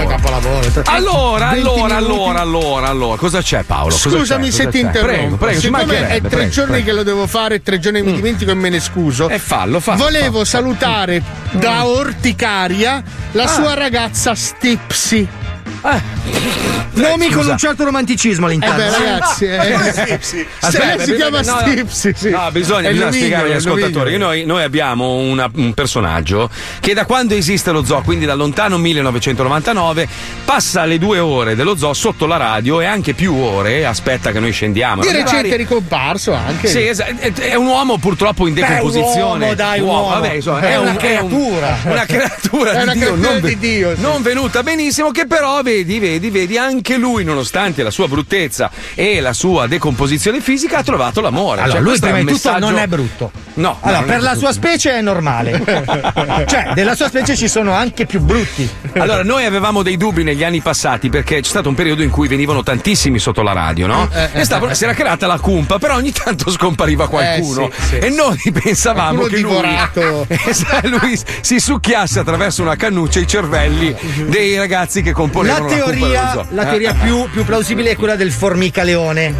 Allora, cosa c'è Paolo? Cosa Scusami c'è? se ti interrompo. Prego, ci Siccome è mancherebbe, 3 giorni prego. che lo devo fare, 3 giorni mi dimentico e me ne scuso. Fallo. Volevo salutare da Orticaria la sua ragazza Stipsy. Nomi con un certo romanticismo all'interno. Ragazzi, si chiama Stipsy. Sì. No, bisogna spiegare agli ascoltatori che noi abbiamo un personaggio che da quando esiste lo zoo, quindi dal lontano 1999, passa le 2 ore dello zoo sotto la radio e anche più ore aspetta che noi scendiamo. Di recente è ricomparso anche. Sì, è un uomo purtroppo in decomposizione. Vabbè, insomma, è una creatura. Una creatura di Dio, non venuta benissimo, che però vedi, anche lui, nonostante la sua bruttezza e la sua decomposizione fisica, ha trovato l'amore. Allora, lui prima di tutto non è brutto. No. Allora, per la sua specie è normale. Cioè, della sua specie ci sono anche più brutti. Allora, noi avevamo dei dubbi negli anni passati perché c'è stato un periodo in cui venivano tantissimi sotto la radio, no? Si era creata la cumpa, però ogni tanto scompariva qualcuno. Sì. E noi pensavamo che lui si succhiasse attraverso una cannuccia i cervelli dei ragazzi che componevano la cumpa dello zoo. La teoria più plausibile è quella del formicaleone.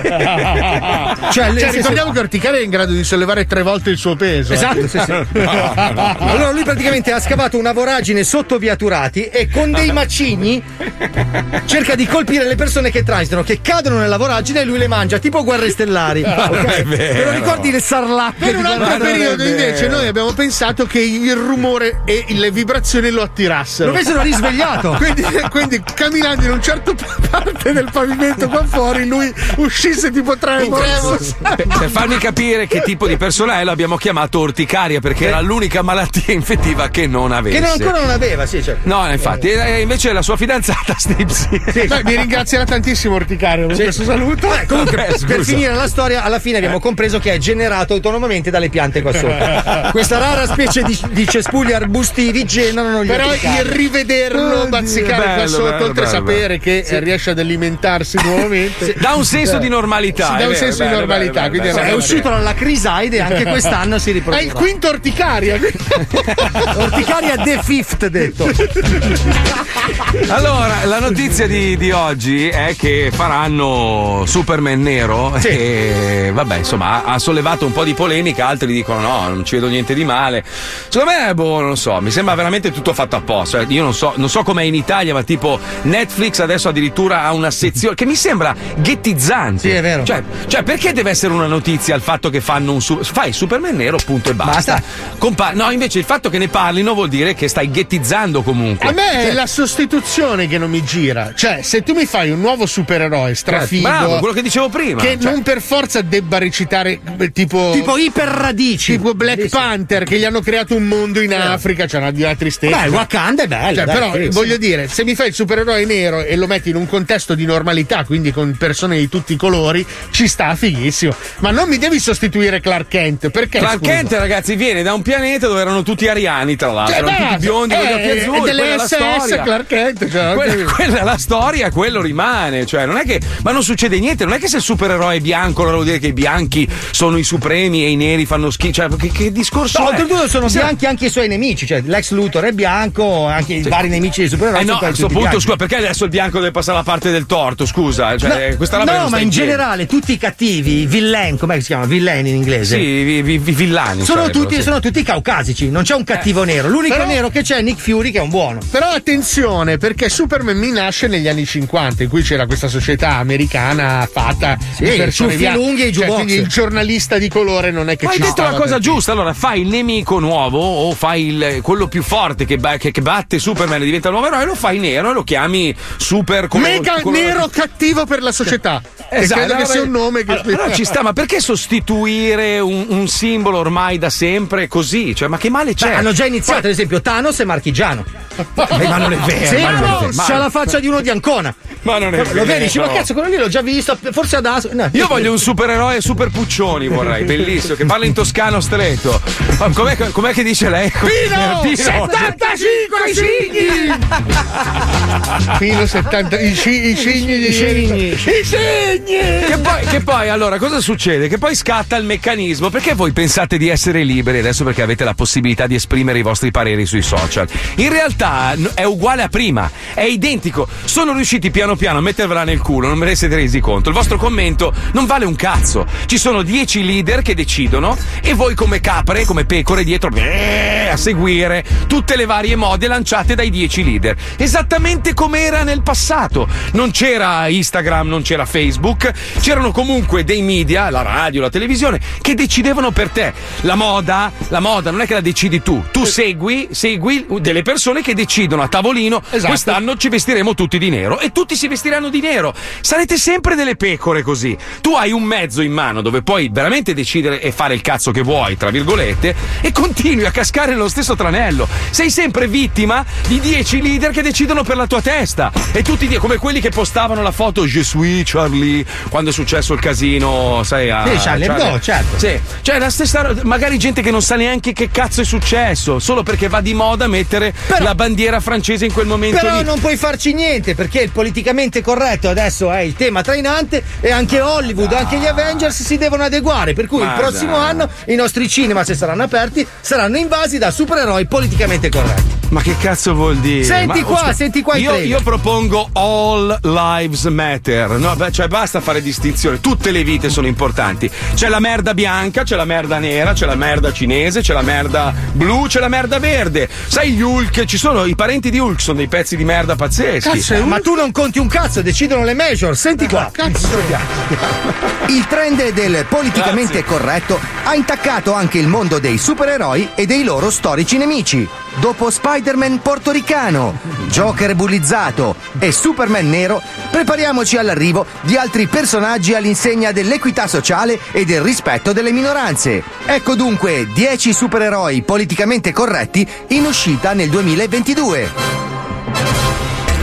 Cioè, ricordiamo che Orticaria è in grado di sollevare 3 volte il suo peso. Esatto, sì. Allora lui praticamente ha scavato una voragine sotto via Turati e con dei macigni cerca di colpire le persone che transitano, che cadono nella voragine e lui le mangia, tipo Guerre Stellari. Okay? Te lo ricordi le sarlacche? Per un altro periodo invece noi abbiamo pensato che il rumore e le vibrazioni lo attirassero. Lo avessero risvegliato. Quindi camminando in un certo parte del pavimento qua fuori, lui uscisse tipo Tremors. Per farmi capire che tipo di persona è, l'abbiamo chiamato Orticaria perché era l'unica malattia infettiva che non avesse. Che ancora non aveva, sì, certo. No, infatti, invece la sua fidanzata Stipsy. Mi ringrazierà tantissimo Orticaria per questo saluto. Comunque, per finire la storia, alla fine abbiamo compreso che è generato autonomamente dalle piante qua sotto. Questa rara specie di cespugli arbustivi generano gli Però orticari. il rivederlo bazzicare qua sotto, oltre a sapere che che riesce ad alimentarsi nuovamente. Dà un senso di normalità. Dà un senso di normalità. Quindi è uscito dalla crisaide e anche quest'anno si riprodurrà. È il quinto orticaria. Orticaria the fifth, detto. Allora, la notizia di oggi è che faranno Superman nero e vabbè, insomma, ha sollevato un po' di polemica, altri dicono no, non ci vedo niente di male. Secondo me, non lo so, mi sembra veramente tutto fatto apposta. Io non so com'è in Italia, ma tipo Netflix adesso addirittura ha una sezione che mi sembra ghettizzante. Sì, è vero. Cioè, perché deve essere una notizia il fatto che fanno fai Superman nero, punto e basta. No, invece il fatto che ne parlino vuol dire che stai ghettizzando comunque. A me è la sostituzione che non mi gira. Cioè, se tu mi fai un nuovo supereroe strafigo, bravo, quello che dicevo prima, che non per forza debba recitare tipo iperradici, tipo Black Panther, che gli hanno creato un mondo in Africa, c'è una tristezza. Beh, Wakanda è bello. Cioè, però voglio dire, se mi fai il supereroe nero e lo metti in un contesto di normalità, quindi con persone di tutti i colori, ci sta fighissimo. Ma non mi devi sostituire Clark Kent, perché? Clark Kent, ragazzi, viene da un pianeta dove erano tutti ariani, tra l'altro, erano tutti biondi con gli occhi azzurri. E delle SS Clark Kent, quella è la storia, quello rimane. Cioè, non è che. Ma non succede niente, non è che se il supereroe è bianco, allora vuol dire che i bianchi sono i supremi e i neri fanno schifo. Cioè, che discorso è? Oltretutto sono bianchi anche i suoi nemici, cioè Lex Luthor è bianco, anche i vari nemici dei supereroi. No, a questo punto, scusa, perché adesso il bianco deve passare la parte del torto? Scusa, cioè, questa roba non ma in generale tutti i cattivi, villain, com'è che si chiama? Villain in inglese? Sì, villani. Sono tutti caucasici, non c'è un cattivo nero. L'unico nero che c'è è Nick Fury, che è un buono. Però attenzione, perché Superman mi nasce negli anni 50, in cui c'era questa società americana fatta di persone lunghi e i jukebox. Quindi il giornalista di colore non è che hai detto la cosa giusta. Allora fai il nemico nuovo o fai quello più forte che batte Superman e diventa il nuovo eroe, lo fai nero e lo chiami super mega nero cattivo per la società. Esatto, credo che sia un nome che però ci sta, ma perché sostituire un simbolo ormai da sempre così? Cioè, ma che male c'è? Hanno già iniziato, ad esempio, Thanos è marchigiano. Ma non è vero. C'ha la faccia di uno di Ancona. Ma non è vero. Lo vedi? Ma cazzo, quello lì l'ho già visto, forse adesso. No. Io voglio un supereroe super Puccioni, vorrei, bellissimo, che parla in toscano stretto. Com'è che dice lei? Pino 75 cigni! Pino 70 i cigni. Che poi allora cosa succede? Che poi scatta il meccanismo, perché voi pensate di essere liberi adesso perché avete la possibilità di esprimere i vostri pareri sui social. In realtà è uguale a prima, è identico. Sono riusciti piano piano a mettervela nel culo, non me ne siete resi conto. Il vostro commento non vale un cazzo. Ci sono 10 leader che decidono e voi come capre, come pecore dietro a seguire tutte le varie mode lanciate dai 10 leader. Esattamente come era nel passato. Non c'era Instagram, non c'era Facebook, c'erano comunque dei media, la radio, la televisione, che decidevano per te. La moda non è che la decidi tu segui delle persone che decidono a tavolino. Esatto. Quest'anno ci vestiremo tutti di nero e tutti si vestiranno di nero. Sarete sempre delle pecore così. Tu hai un mezzo in mano dove puoi veramente decidere e fare il cazzo che vuoi, tra virgolette, e continui a cascare nello stesso tranello. Sei sempre vittima di 10 leader che decidono per la tua testa. E tutti come quelli che postavano la foto Je suis Charlie quando è successo il casino, sai, Charlie Hebdo, certo. Sì, cioè la stessa, magari gente che non sa neanche che cazzo è successo, solo perché va di moda mettere la bandiera francese in quel momento però lì. Non puoi farci niente, perché il politicamente corretto adesso è il tema trainante e anche Hollywood, anche gli Avengers si devono adeguare, per cui il prossimo anno i nostri cinema, se saranno aperti, saranno invasi da supereroi politicamente corretti. Ma che cazzo vuol dire? Senti qua io propongo All Lives Matter. No, cioè basta fare distinzione. Tutte le vite sono importanti. C'è la merda bianca, c'è la merda nera, c'è la merda cinese, c'è la merda blu, c'è la merda verde. Sai gli Hulk, ci sono i parenti di Hulk, sono dei pezzi di merda pazzeschi. Cazzo, ma tu non conti un cazzo, decidono le major. Senti qua. Il trend del politicamente corretto ha intaccato anche il mondo dei supereroi e dei loro storici nemici. Dopo Spider-Man portoricano, Joker bullizzato e Superman nero, prepariamoci all'arrivo di altri personaggi all'insegna dell'equità sociale e del rispetto delle minoranze. Ecco dunque 10 supereroi politicamente corretti in uscita nel 2022.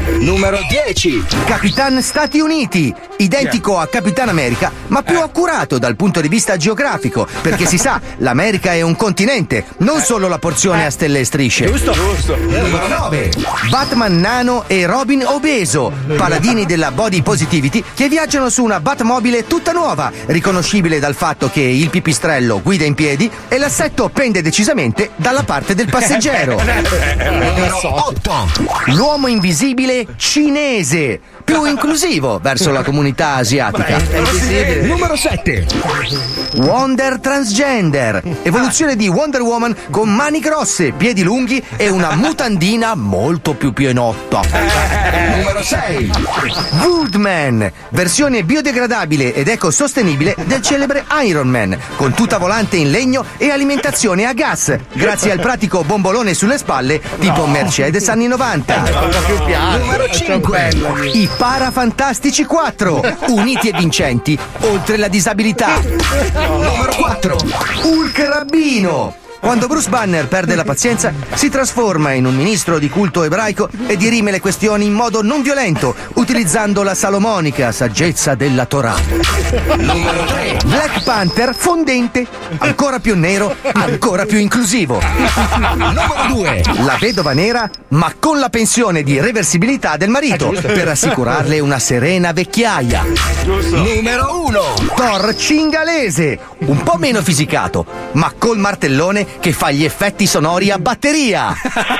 Numero 10. Capitan Stati Uniti, identico a Capitan America, ma più accurato dal punto di vista geografico, perché si sa, l'America è un continente, non solo la porzione a stelle e strisce. Giusto. Numero 9. Batman nano e Robin obeso, paladini della body positivity che viaggiano su una Batmobile tutta nuova, riconoscibile dal fatto che il pipistrello guida in piedi e l'assetto pende decisamente dalla parte del passeggero. Numero 8. L'uomo invisibile cinese, più inclusivo verso la comunità asiatica. Numero 7. Wonder Transgender, evoluzione di Wonder Woman con mani grosse, piedi lunghi e una mutandina molto più pienotta. Numero 6. Woodman, versione biodegradabile ed ecosostenibile del celebre Iron Man, con tuta volante in legno e alimentazione a gas, grazie al pratico bombolone sulle spalle tipo Mercedes anni 90. Numero 5. I Parafantastici 4, uniti e vincenti oltre la disabilità. Numero 4. Hulk Rabbino. Quando Bruce Banner perde la pazienza, si trasforma in un ministro di culto ebraico e dirime le questioni in modo non violento, utilizzando la salomonica saggezza della Torah. Numero 3. Black Panther fondente, ancora più nero, ancora più inclusivo. Numero 2. La vedova nera, ma con la pensione di reversibilità del marito, per assicurarle una serena vecchiaia. Numero 1. Thor cingalese, un po' meno fisicato, ma col martellone che fa gli effetti sonori a batteria.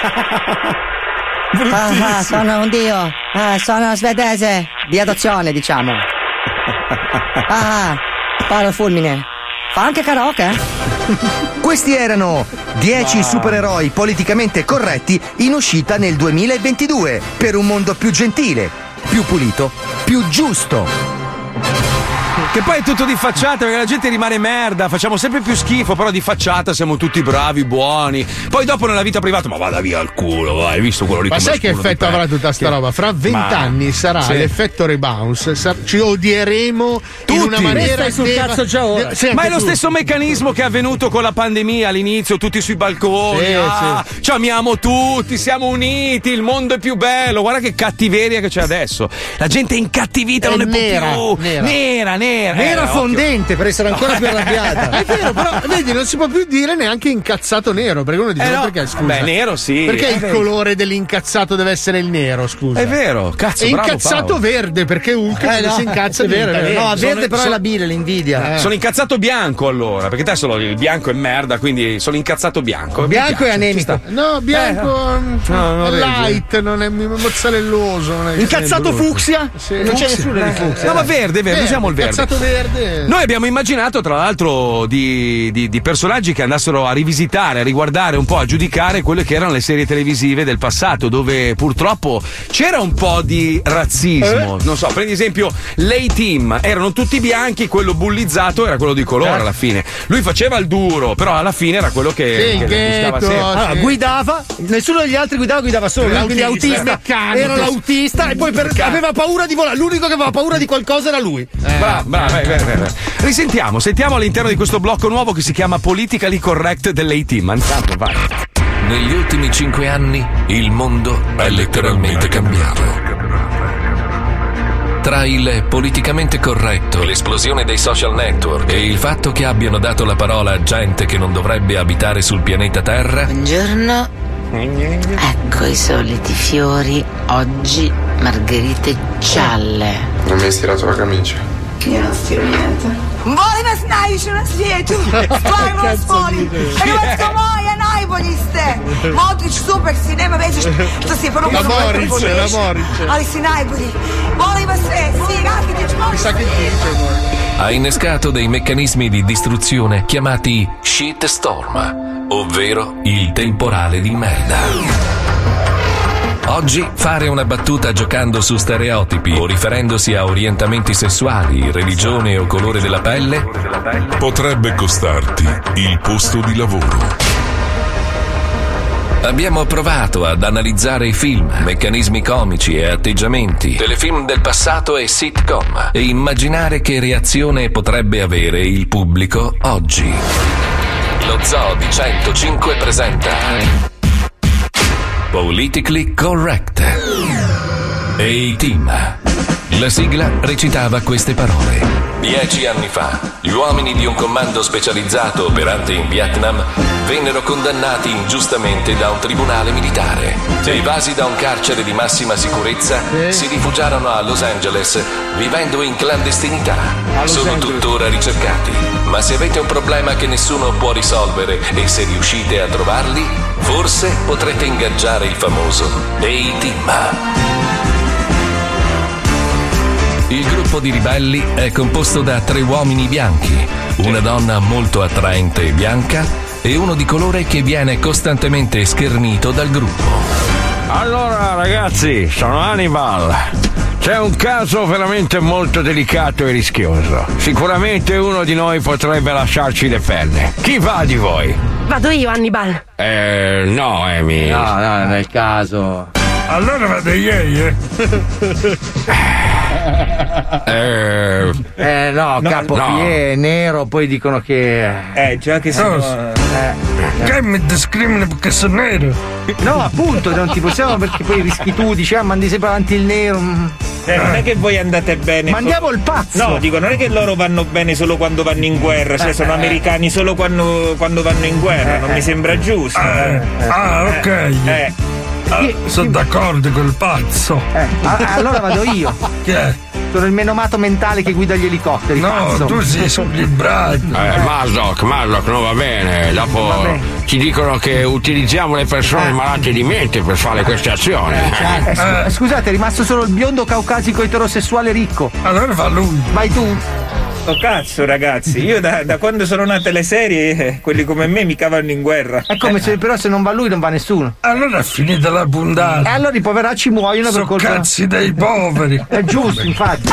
Sono un dio, sono svedese, di adozione, diciamo. Paro fulmine. Fa anche karaoke? Questi erano 10 supereroi politicamente corretti in uscita nel 2022 per un mondo più gentile, più pulito, più giusto. Che poi è tutto di facciata, perché la gente rimane merda, facciamo sempre più schifo, però di facciata siamo tutti bravi, buoni. Poi dopo nella vita privata, ma vada via al culo, vai, hai visto quello lì? Ma sai che effetto avrà tutta sta roba? Fra 20 anni sarà l'effetto rebounce, ci odieremo tutti in una maniera sul cazzo già ora. Ma è lo stesso meccanismo che è avvenuto con la pandemia all'inizio, tutti sui balconi, ci amiamo tutti, siamo uniti, il mondo è più bello, guarda che cattiveria che c'è adesso. La gente è incattivita, non ne può più. Nera fondente per essere ancora più arrabbiata. È vero, però vedi, non si può più dire neanche incazzato nero, perché uno dice no. perché scusa? Beh, nero sì. Perché il colore dell'incazzato deve essere il nero, scusa? È vero, cazzo, è bravo, incazzato Paolo. Verde, perché Hulk quando si incazza è vero. No, verde però è sono- la bile, l'invidia. Sono incazzato bianco allora, perché adesso il bianco è merda, quindi sono incazzato bianco. Bianco e anemico. No, bianco non è regge. light, non è mozzarelloso. Non è Incazzato brutto. fucsia? Sì. Non c'è nessuno di fucsia. No, ma verde, usiamo il verde. Incazzato verde. Noi abbiamo immaginato, tra l'altro, di personaggi che andassero a rivisitare, a riguardare un po', a giudicare quelle che erano le serie televisive del passato, dove purtroppo c'era un po' di razzismo. Non so, prendi esempio l'A-Team, erano tutti bianchi, quello bullizzato era quello di colore alla fine. Lui faceva il duro, però alla fine era quello che buscava sempre. Allora, guidava, nessuno degli altri guidava solo, lui, quindi autista. Era l'autista e poi aveva paura di volare. L'unico che aveva paura di qualcosa era lui. Bravo. Risentiamo, sentiamo all'interno di questo blocco nuovo che si chiama Politically Correct dell'A-Team. Andiamo, vai. Negli ultimi 5 anni il mondo è letteralmente cambiato. Tra il politicamente corretto, l'esplosione dei social network e il fatto che abbiano dato la parola a gente che non dovrebbe abitare sul pianeta Terra, Buongiorno. Ecco i soliti fiori. Oggi margherite gialle. Non mi hai stirato la camicia. Io non stiro niente. Volimo snajdeš na svijetu, stvarno svoli. Hrvatska moja najbolji ste. Modrić, super si, nema veze što si je prvo La Morić. ali si najbolji. Volim vas sve, si Rakitic, molim Sa che dice, ha innescato dei meccanismi di distruzione chiamati shitstorm, ovvero il temporale di merda. Oggi fare una battuta giocando su stereotipi o riferendosi a orientamenti sessuali, religione o colore della pelle potrebbe costarti il posto di lavoro. Abbiamo provato ad analizzare film, meccanismi comici e atteggiamenti, telefilm del passato e sitcom e immaginare che reazione potrebbe avere il pubblico oggi. Lo Zoo di 105 presenta Politically Correct. A-Team. La sigla recitava queste parole. 10 anni fa, gli uomini di un comando specializzato operante in Vietnam vennero condannati ingiustamente da un tribunale militare. Evasi da un carcere di massima sicurezza, si rifugiarono a Los Angeles, vivendo in clandestinità. Sono tuttora ricercati, ma se avete un problema che nessuno può risolvere e se riuscite a trovarli, forse potrete ingaggiare il famoso A-Team. Il gruppo di ribelli è composto da 3 uomini bianchi, una donna molto attraente e bianca e uno di colore che viene costantemente schernito dal gruppo. Allora ragazzi, sono Hannibal. C'è un caso veramente molto delicato e rischioso. Sicuramente uno di noi potrebbe lasciarci le penne. Chi va di voi? Vado io, Hannibal. No, Amy. No, non è il caso. Allora vado io, no, capo, no. Chi è nero, poi dicono che. Già che sono. Che mi discrimina perché sono nero? No, appunto, non ti possiamo perché poi rischi tu, dici, mandi sempre avanti il nero. Non è che voi andate bene. Mandiamo il pazzo. No, dico, non è che loro vanno bene solo quando vanno in guerra, cioè sono americani solo quando vanno in guerra, non mi sembra giusto. Ok. Sono d'accordo col pazzo. Allora vado io. Chi è? Sono il menomato mentale che guida gli elicotteri. No, pazzo. tu sei squilibrato. Marlock, non va bene. Dopo ci dicono che utilizziamo le persone malate di mente per fare queste azioni. Scusate, è rimasto solo il biondo caucasico eterosessuale ricco. Allora va lui. Vai tu. Oh cazzo ragazzi, io da quando sono nate le serie, quelli come me mica vanno in guerra. È come se però se non va lui non va nessuno. Allora è finita la puntata. E allora i poveracci muoiono per colpa. Sono cazzi dei poveri. È giusto, infatti.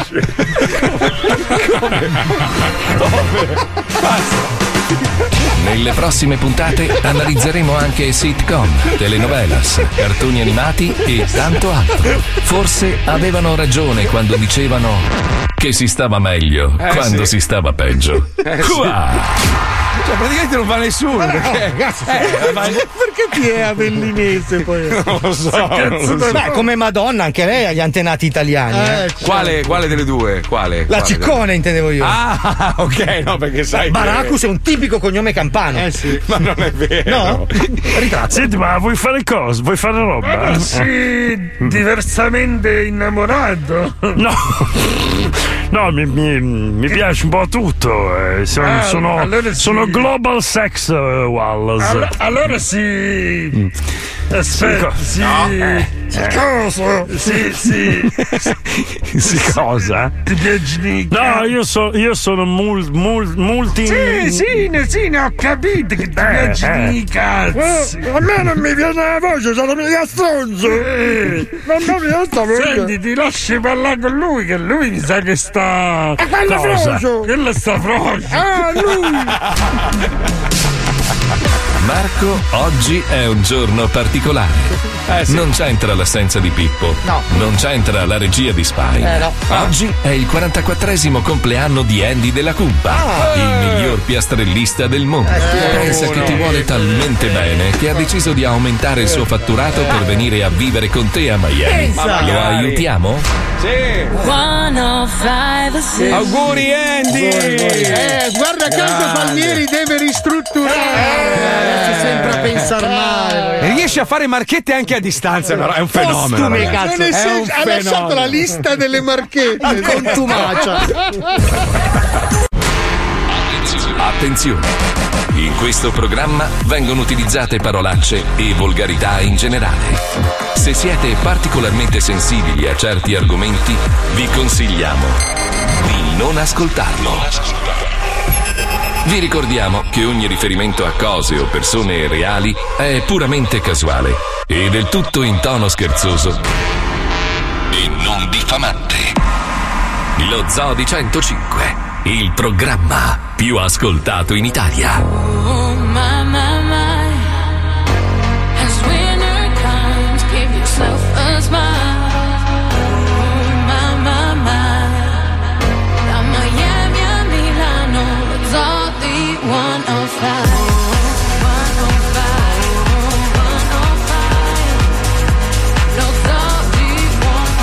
Nelle prossime puntate analizzeremo anche sitcom, telenovelas, cartoni animati e tanto altro. Forse avevano ragione quando dicevano che si stava meglio quando si stava peggio. Cioè, praticamente non va nessuno. Perché? Perché ti è avellinese poi? Non lo so. Beh, come Madonna, anche lei ha gli antenati italiani. Quale delle due? Quale? La Ciccone intendevo io. Ah, ok, no, perché sai. Baracus è un tipico cognome campano. Sì. Ma non è vero. No? Ritratto. Senti, ma vuoi fare cosa? Vuoi fare roba? Sì, diversamente innamorato. No, mi piace un po' tutto. Sono Global Sex Wallace. Allora sì. Aspetta, sì. Cosa? Sì. Sì, cosa? Ti piace di No, io sono multi. Sì, ne ho capito che ti piace di cazzi. A me non mi viene la voce, sono mica stronzo. Non mi viene sta voce. Senti, ti lasci parlare con lui, che lui mi sa che sta. E quello è frocio. Quello sta frocio. Ah, lui. Marco, oggi è un giorno particolare. Non c'entra l'assenza di Pippo. No. Non c'entra la regia di Spy. No. Oggi è il 44esimo compleanno di Andy della Cumpa, il miglior piastrellista del mondo. Pensa che ti vuole talmente bene che ha deciso di aumentare il suo fatturato per venire a vivere con te a Miami. Lo aiutiamo? Sì. Auguri Andy. Guarda caso Palmieri deve ristrutturare. Sempre a pensare male. Riesce a fare marchette anche a distanza, è un fenomeno. Cazzo, ha lasciato la lista delle marchette. Contumacia. Attenzione! In questo programma vengono utilizzate parolacce e volgarità in generale. Se siete particolarmente sensibili a certi argomenti, vi consigliamo di non ascoltarlo. Vi ricordiamo che ogni riferimento a cose o persone reali è puramente casuale e del tutto in tono scherzoso e non diffamante. Lo Zoo di 105, il programma più ascoltato in Italia. Oh, my, my, my. As winter comes, give yourself a smile. Oh, my, my, my. Da Miami a Milano, it's all the 105. 105, 105. No, it's all the 105.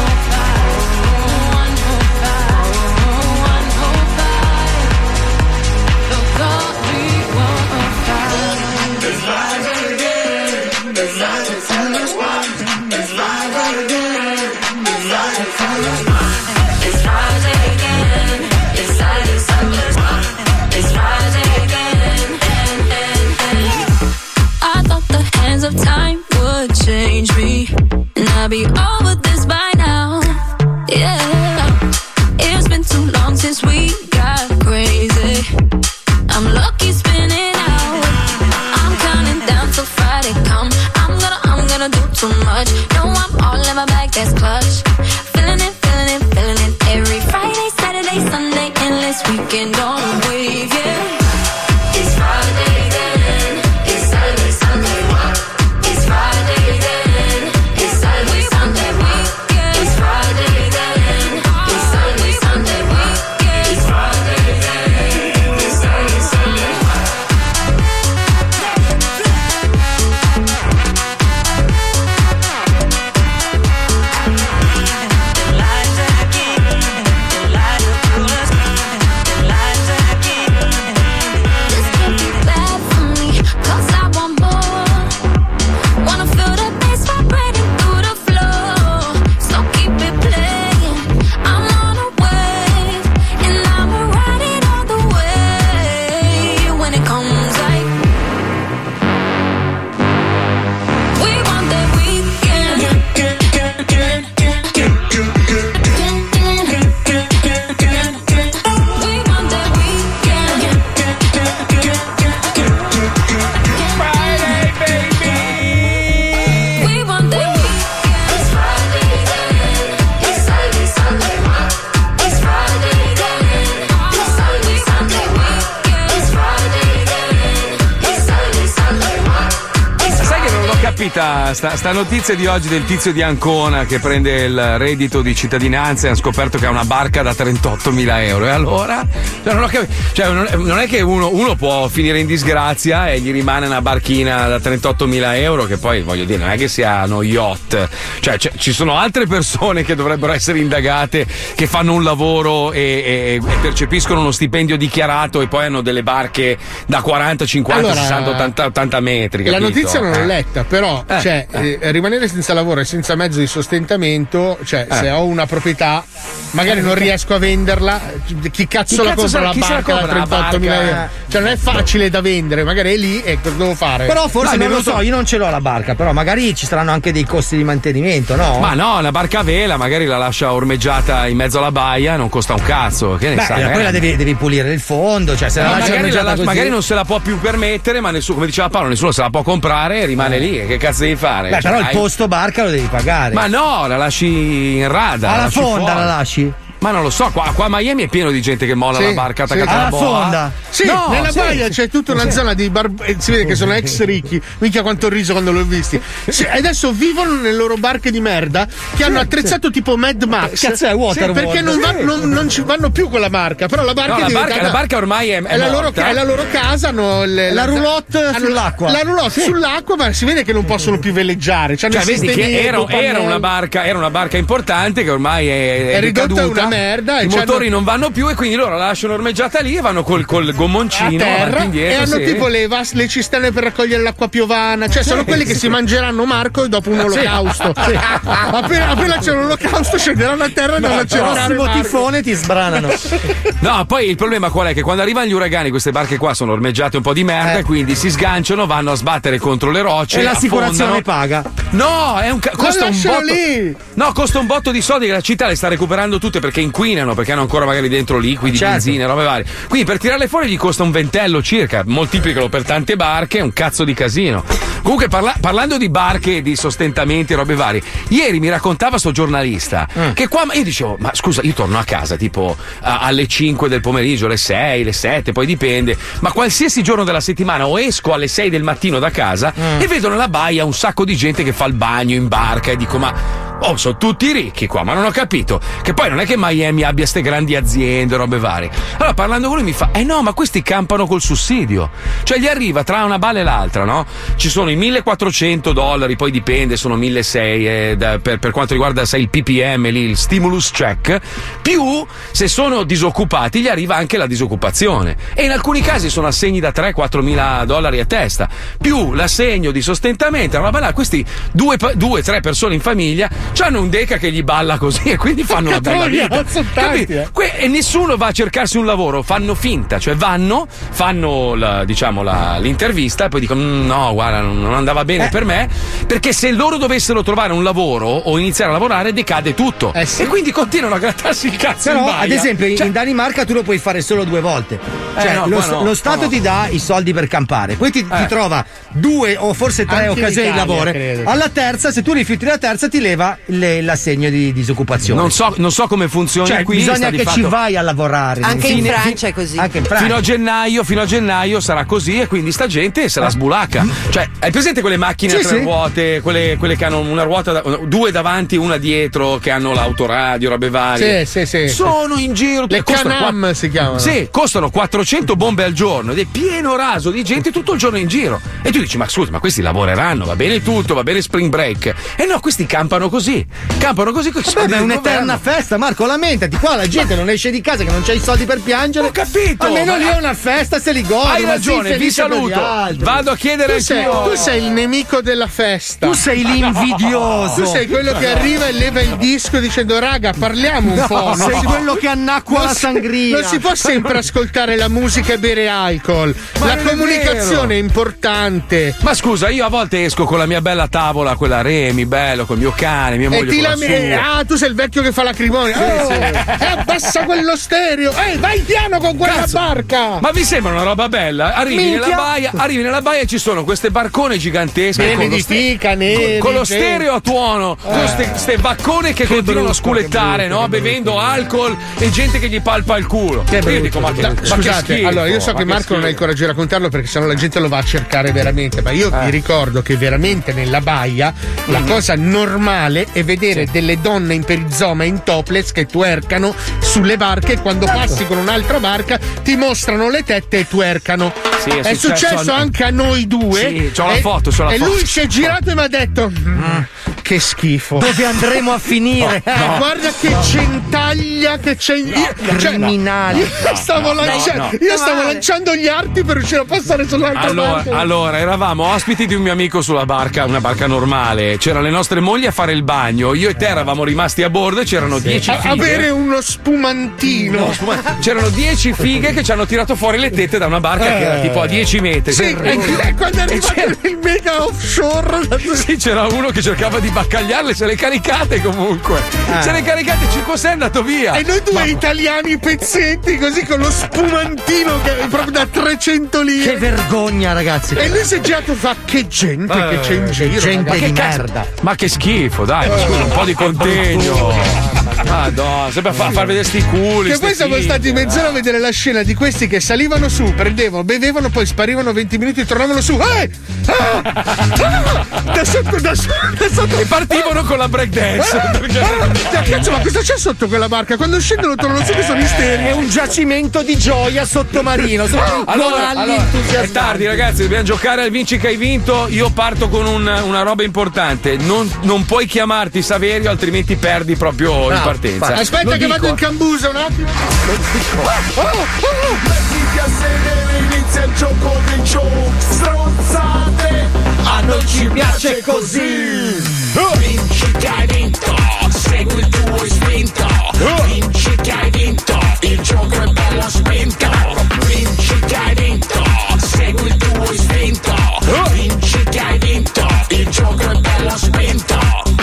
It's Friday again. It's Saturday, Sunday. It's Friday again. I thought the hands of time would change me, and I'll be over this by now. Yeah, it's been too long since we got crazy. I'm lucky spinning out. I'm counting down till Friday come. I'm gonna do too much. No, I'm all in my bag, that's clutch. Feeling it, feeling it, feeling it. Every Friday, Saturday, Sunday, endless weekend on a wave, yeah. It's Friday again. It's Saturday, Sunday. It's Friday again. It's Saturday, Sunday. It's Friday again. It's Saturday, Sunday. It's Friday again. It's Saturday, Sunday. Sta notizia di oggi del tizio di Ancona che prende il reddito di cittadinanza e ha scoperto che ha una barca da 38.000 euro. E allora? Non è che uno può finire in disgrazia e gli rimane una barchina da 38.000 euro, che poi, voglio dire, non è che sia uno yacht. Ci sono altre persone che dovrebbero essere indagate, che fanno un lavoro e percepiscono uno stipendio dichiarato e poi hanno delle barche da 40, 50, allora, 60, 80 metri. La capito? notizia non l'ho letta, però rimanere senza lavoro e senza mezzo di sostentamento, se ho una proprietà, magari non riesco a venderla, chi cazzo la compra la barca da 38.000 euro? Cioè non è facile da vendere, magari è lì e cosa devo fare? Però forse non lo so, io non ce l'ho la barca, però magari ci saranno anche dei costi di mantenimento, no? Ma no, una barca a vela magari la lascia ormeggiata in mezzo alla baia, non costa un cazzo, che ne sai? Poi la devi pulire il fondo, cioè se la lasci ormeggiata così... magari non se la può più permettere, ma nessuno, come diceva Paolo, nessuno se la può comprare e rimane lì, che cazzo devi fare? Beh, però il posto barca lo devi pagare. Ma no, la lasci in rada. Alla fonda la lasci? Ma non lo so, qua a Miami è pieno di gente che molla la barca attaccata alla boa. Fonda. Sì, no, nella baia c'è tutta una zona di si vede che sono ex ricchi. Minchia quanto ho riso quando l'ho visti. Adesso vivono nelle loro barche di merda che hanno attrezzato tipo Mad Max. Cazzo è Waterworld? Perché non ci vanno più con la barca. Però la barca la barca ormai è la loro casa, hanno la roulotte sull'acqua. La roulotte sull'acqua, ma si vede che non possono più veleggiare. Cioè vedi che era una barca importante che ormai è ridotta a una merda. I motori non vanno più e quindi loro la lasciano ormeggiata lì e vanno col gommoncino a terra indietro, e hanno tipo le cisterne per raccogliere l'acqua piovana. Cioè sono quelli che si mangeranno Marco dopo un olocausto. Appena c'è un olocausto scenderanno a terra e non accelerare. Il prossimo tifone ti sbranano. No, poi il problema qual è? Che quando arrivano gli uragani queste barche qua sono ormeggiate un po' di merda, quindi si sganciano, vanno a sbattere contro le rocce e l'assicurazione paga. No, costa un botto. No, costa un botto di soldi che la città le sta recuperando tutte perché inquinano, perché hanno ancora magari dentro liquidi, benzina, robe varie. Quindi per tirarle fuori gli costa un ventello circa, moltiplicalo per tante barche, è un cazzo di casino. Comunque parlando di barche, di sostentamenti, robe varie, ieri mi raccontava sto giornalista che qua io dicevo, ma scusa, io torno a casa tipo alle 5 del pomeriggio, alle 6, alle 7, poi dipende, ma qualsiasi giorno della settimana o esco alle 6 del mattino da casa e vedo nella baia un sacco di gente che fa il bagno in barca e dico, ma sono tutti ricchi qua, ma non ho capito che poi non è che Miami abbia ste grandi aziende, robe varie. Allora parlando con lui mi fa, no, ma questi campano col sussidio, cioè gli arriva tra una balla e l'altra, no? Ci sono i $1.400, poi dipende, sono 1.600 per quanto riguarda, sai, il PPM lì, il stimulus check, più se sono disoccupati gli arriva anche la disoccupazione e in alcuni casi sono assegni da $3.000-4.000 a testa, più l'assegno di sostentamento, roba là. Questi 2-3 persone in famiglia c'hanno un Deca che gli balla così e quindi fanno una bella vita. E nessuno va a cercarsi un lavoro, fanno finta, cioè fanno l'intervista e poi dicono no, guarda, non andava bene per me, perché se loro dovessero trovare un lavoro o iniziare a lavorare decade tutto. Sì. E quindi continuano a grattarsi il cazzo. Però, in baia. ad esempio, in Danimarca tu lo puoi fare solo 2 volte. Cioè, no, lo Stato ti dà i soldi per campare, poi ti trova 2 o forse 3 Anche occasioni in di Italia, lavoro. credo. Alla terza, se tu rifiuti la terza, ti leva l'assegno di disoccupazione. Non so come funziona cioè, qui. bisogna che ci vai a lavorare. Anche in Francia è così. Anche in Francia. Fino a gennaio sarà così e quindi sta gente se la sbulacca. Cioè, hai presente quelle macchine a 3 ruote, quelle che hanno una ruota, 2 davanti, una dietro, che hanno l'autoradio, robe varie? Sì. Sono in giro. Le Can-Am si chiamano. Sì, costano 400 bombe al giorno ed è pieno raso di gente tutto il giorno in giro. E tu dici, ma scusa, ma questi lavoreranno, va bene tutto, va bene spring break. E no, questi campano così. Vabbè, è un'eterna festa, Marco, lamentati. Qua la gente non esce di casa che non c'ha i soldi per piangere. Ho capito. Almeno lì è una festa, se li gode. Hai ragione, vi saluto. Vado a chiedere tu sei il nemico della festa. Tu sei l'invidioso. Tu sei quello che arriva e leva il disco dicendo raga, parliamo un po'. Sei quello che annacqua la sangria. Non si può sempre ascoltare la musica e bere alcol. La comunicazione è importante. Ma scusa, io a volte esco con la mia bella tavola, quella Remi, bello, col mio cane, mia moglie. Tu sei il vecchio che fa l'acrimonia. Abbassa quello stereo. Vai piano con quella barca. Ma vi sembra una roba bella? Arrivi nella baia e ci sono queste barcone gigantesche con lo stereo a tuono, con ste baccone che continuano a sculettare, no? Bevendo alcol e gente che gli palpa il culo. Io dico, ma che schifo. Allora, io so che Marco non ha il coraggio di raccontarlo perché sennò la gente lo va a cercare veramente, ma io vi ricordo che veramente nella baia la cosa normale è vedere delle donne in perizoma e in topless che twerkano sulle barche e quando passi con un'altra barca ti mostrano le tette e twerkano. È successo anche a noi due. Sì, c'ho la foto. E lui si è girato e mi ha detto che schifo. Dove andremo a finire? Guarda che centaglia che c'è criminali. Io stavo lanciando gli arti per riuscire a passare sull'altra parte. Allora, eravamo ospiti di un mio amico sulla barca, una barca normale. C'erano le nostre mogli a fare il bagno. Io e te eravamo rimasti a bordo e c'erano 10 fighe. Avere uno spumantino. C'erano 10 fighe che ci hanno tirato fuori le tette da una barca che era tipo a 10 metri. Sì, e quando è arrivato il mega offshore. Sì, c'era uno che cercava di baccagliarle, se le caricate comunque. Se le caricate 5-6 è andato via. E noi due italiani pezzetti così con lo spumantino che è proprio da 300 lire. Che vergogna, ragazzi. E lui si è girato e fa che gente che c'è in giro. Gente di merda. Ma che schifo, dai, scusa, un po' di contegno. Madonna, sempre a far vedere sti culi. Che poi siamo stati mezz'ora a vedere la scena di questi che salivano su, prendevano, bevevano, poi sparivano 20 minuti e tornavano su. Da sotto. E partivano con la break dance. Cazzo, ma cosa c'è sotto quella barca? Quando scendono tornano su che sono isteri. È un giacimento di gioia sottomarino. Allora, è tardi, ragazzi, dobbiamo giocare al vinci che hai vinto. Io parto con una roba importante. Non puoi chiamarti Saverio, altrimenti perdi proprio in partenza. Aspetta che vado in cambusa un attimo. Mettiti a sedere, inizia il gioco dei giochi. Stronzate, a noi ci piace così. Vinci che hai vinto, segui il tuo istinto. Vinci che hai vinto, il gioco è bello spinto. Vinci che hai vinto, segui il tuo istinto. Vinci che hai vinto, il gioco è bello spinto.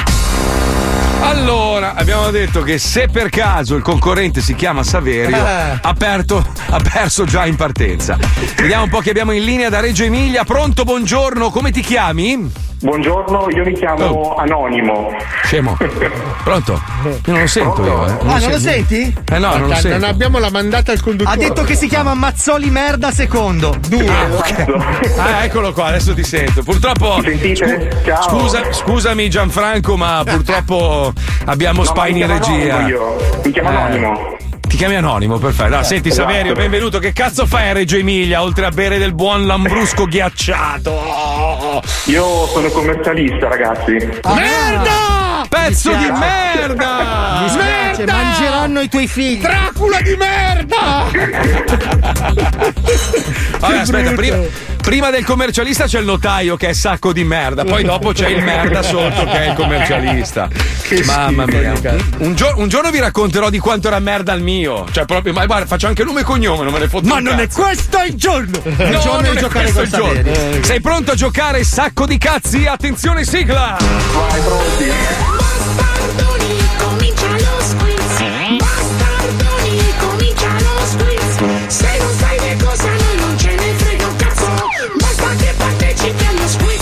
Allora, abbiamo detto che se per caso il concorrente si chiama Saverio, ha perso già in partenza. Vediamo un po' che abbiamo in linea da Reggio Emilia. Pronto, buongiorno, come ti chiami? Buongiorno, io mi chiamo Anonimo. Scemo. Pronto? Io non lo sento io. Non lo senti? No, non lo sento. Non abbiamo la mandata al conduttore. Ha detto che si chiama Mazzoli Merda secondo. 2. Eccolo qua, adesso ti sento. Purtroppo. Sentite? Ciao. Scusami Gianfranco, ma purtroppo abbiamo Spine in regia. Mi chiamo Anonimo. Ti chiami Anonimo, perfetto. Allora, senti Saverio, benvenuto. Che cazzo fai a Reggio Emilia oltre a bere del buon lambrusco ghiacciato? Io sono commercialista, ragazzi. Merda! Pezzo di merda! Merda! Mangeranno i tuoi figli. Dracula di merda! Vabbè, aspetta, prima del commercialista c'è il notaio che è sacco di merda, poi dopo c'è il merda sotto che è il commercialista. Mamma mia. Un giorno vi racconterò di quanto era merda il mio. Cioè, proprio, ma guarda, faccio anche nome e cognome, non me ne foto. Ma non è questo il giorno! No, non è giocare questo con il giorno. Saverio. Sei pronto a giocare, sacco di cazzi? Attenzione, sigla! Vai, pronti. Bastardoni, comincia lo squiz. Bastardoni, comincia lo squiz. Se non sai le cose a noi non ce ne frega un cazzo. Basta che partecipi allo squiz.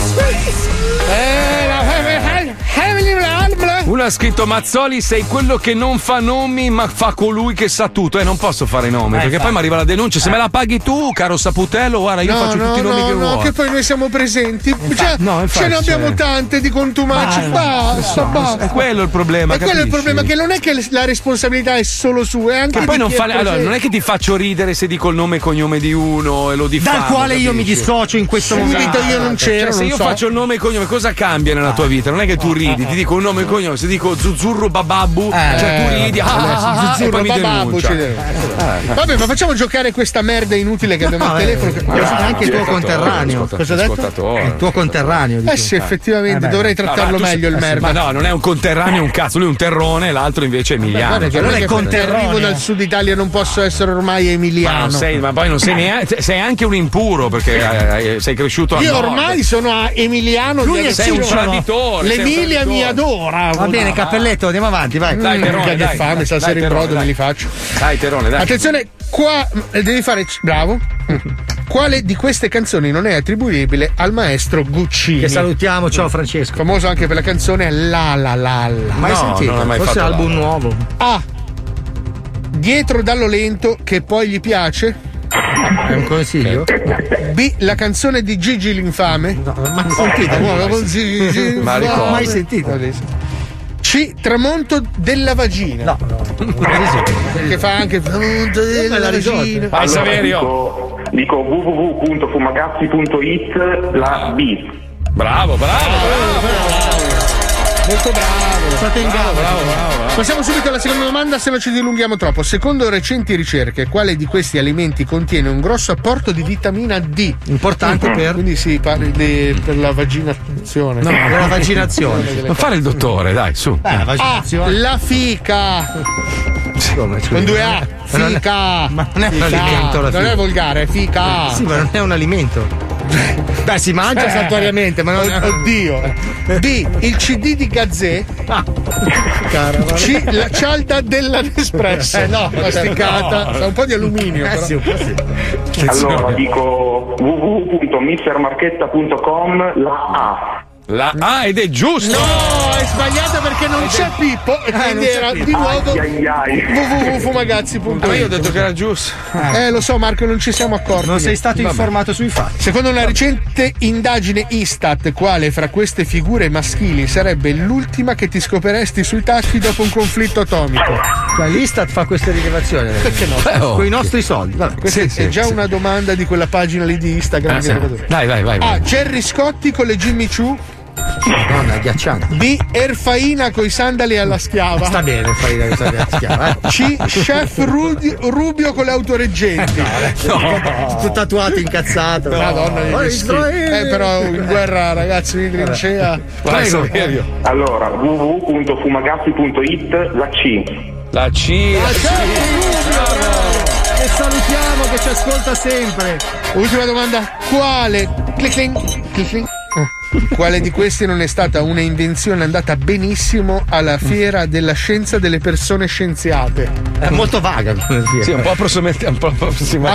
Uno ha scritto: Mazzoli, sei quello che non fa nomi ma fa colui che sa tutto. Non posso fare nomi perché poi mi arriva la denuncia. Se me la paghi tu, caro Saputello, guarda, io faccio tutti i nomi che vuoi. che poi noi siamo presenti. Ce ne abbiamo tante di contumaci. Basta. È quello il problema. È quello il problema, che non è che la responsabilità è solo sua, è anche che poi di chi è allora, non è che ti faccio ridere se dico il nome e cognome di uno e lo diffamo. Dal quale io mi dissocio in questo momento. Io non c'ero. Cioè, se io faccio il nome e cognome, cosa cambia nella tua vita? Non è che tu ridi, ti dico un nome e cognome. Se dico Zuzzurro Bababbu, cioè tu ridi, e poi mi denuncia. Vabbè, ma facciamo giocare questa merda inutile che abbiamo al telefono. Anche il tuo conterraneo. Cosa ha detto? Il tuo conterraneo. Sì, effettivamente dovrei trattarlo meglio il merda. Ma no, non è un conterraneo, un cazzo, lui è un terrone, l'altro invece è emiliano. Guarda, non è conterraneo. Arrivo dal sud Italia, non posso essere ormai emiliano. Ma poi non sei neanche, sei anche un impuro perché sei cresciuto a Io nord. ormai sono a emiliano. Sei un traditore. L'Emilia mi adora. Va bene, Cappelletto, andiamo avanti, vai. Dai, Terone, che fame, stasera in brodo me li faccio. Dai, Terone, dai. Attenzione, qua devi fare. Bravo. Quale di queste canzoni non è attribuibile al maestro Guccini? Che salutiamo, ciao Francesco. Famoso anche per la canzone La La La La. Mai sentito? Non l'ho mai Forse fatto album nuovo. A. Dietro dallo lento che poi gli piace. È un consiglio? B. La canzone di Gigi l'infame. No, mai sentito. Ma ricordo. Mai sentito. C. Tramonto della vagina. No. Che fa anche tramonto della vagina. Vai, Saverio. Dico www.fumagazzi.it, la B. Bravo. Molto bravo. State in gamba. Bravo. Passiamo subito alla seconda domanda, se non ci dilunghiamo troppo. Secondo recenti ricerche, quale di questi alimenti contiene un grosso apporto di vitamina D? Importante per. Quindi si parla per la vaginazione. No, per la vaginazione. Non fare il dottore, dai, su. La vaginazione. La fica. Come? Con 2 A. Fica. Ma non è un alimento la fica. Non è volgare, è fica. Sì, ma non è un alimento. Beh, si mangia saltuariamente, ma non è. Oddio. B. Il CD di Gazzè. C. La cialda della Nespresso. No, masticata. Sa un po' di alluminio. Però. Sì. Allora dico www.mixermarchetta.com, la A. La A ed è giusto! No, è sbagliata perché non c'è Pippo e quindi era di nuovo www.fumagazzi.it. Ma io ho detto che era giusto. Lo so, Marco, non ci siamo accorti. Non sei stato informato sui fatti. Secondo una recente indagine Istat, quale fra queste figure maschili sarebbe l'ultima che ti scoperesti sui tacchi dopo un conflitto atomico? Cioè, l'Istat fa queste rilevazioni. Perché no? Con i nostri soldi. Vabbè. Questa è già una domanda di quella pagina lì di Instagram. Vai. A. Gerry Scotti con le Jimmy Choo. Madonna, agghiacciante. B. Erfaina coi sandali alla schiava. Sta bene, Erfaina coi sandali alla schiava. C. Chef Rubio con le autoreggenti. No. Tutto tatuato, incazzato. Madonna, però in guerra, ragazzi, in trincea. Allora, www.fumagazzi.it, la C. La C. E salutiamo che ci ascolta sempre. Ultima domanda. Quale di questi non è stata una invenzione andata benissimo alla fiera della scienza delle persone scienziate? È molto vaga. Sì, un po' approssimativo.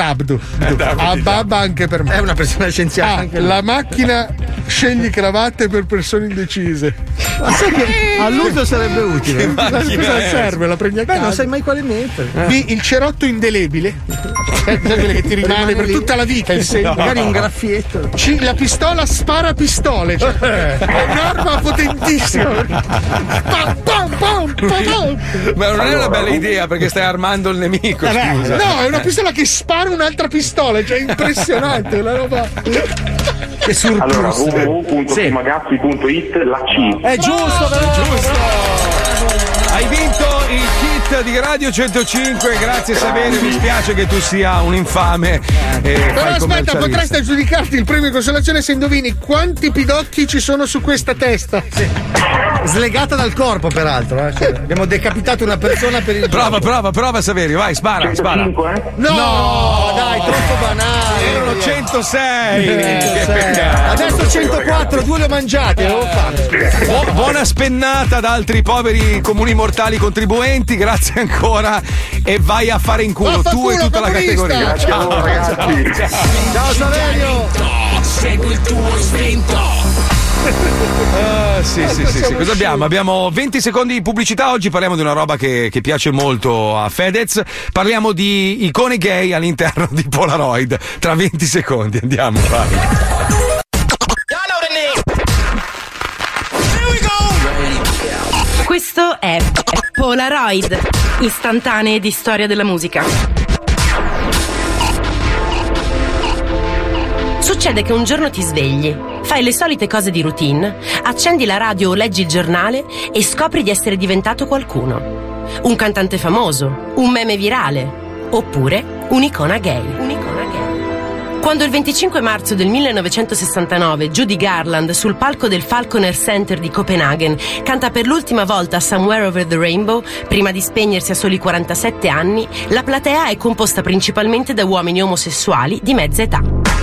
Babba anche per me. È una persona scienziata. Anche la macchina scegli cravatte per persone indecise. Ma sai che all'uso sarebbe utile. Cosa serve? La prendi a casa? Non sai mai quale mettere. B. Il cerotto indelebile. Quello che ti rimane per tutta la vita. Magari un graffietto. C. La pistola spara pistole. Cioè, è un'arma potentissima. Ma non è una bella idea perché stai armando il nemico. Scusa. No, è una pistola che spara un'altra pistola. Cioè, impressionante. Una roba. Che surplus. Allora, www.fumagazzi.it, la C. È giusto, Hai vinto il kit hit di Radio 105. Grazie Saverio, mi spiace che tu sia un infame. Però aspetta, potresti aggiudicarti il premio consolazione se indovini quanti pidocchi ci sono su questa testa. Sì. Slegata dal corpo, peraltro. Cioè, abbiamo decapitato una persona per il Prova Saverio, vai, spara. 105? No, dai, troppo banale. Erano 106. Che peccato. Adesso 104, 2 le ho mangiate, devo fare. Buona spennata ad altri poveri comuni mortali contribuenti, grazie ancora e vai a fare in culo tu e tutta la categoria. Ciao ragazzi. Ciao Saverio. Segui il tuo istinto. Sì. Cosa abbiamo? Abbiamo 20 secondi di pubblicità. Oggi parliamo di una roba che piace molto a Fedez. Parliamo di icone gay all'interno di Polaroid. Tra 20 secondi andiamo, vai. Questo è Polaroid, istantanee di storia della musica. Succede che un giorno ti svegli, fai le solite cose di routine, accendi la radio o leggi il giornale e scopri di essere diventato qualcuno. Un cantante famoso, un meme virale, oppure un'icona gay. Quando il 25 marzo del 1969 Judy Garland sul palco del Falconer Center di Copenaghen canta per l'ultima volta Somewhere Over the Rainbow, prima di spegnersi a soli 47 anni, la platea è composta principalmente da uomini omosessuali di mezza età.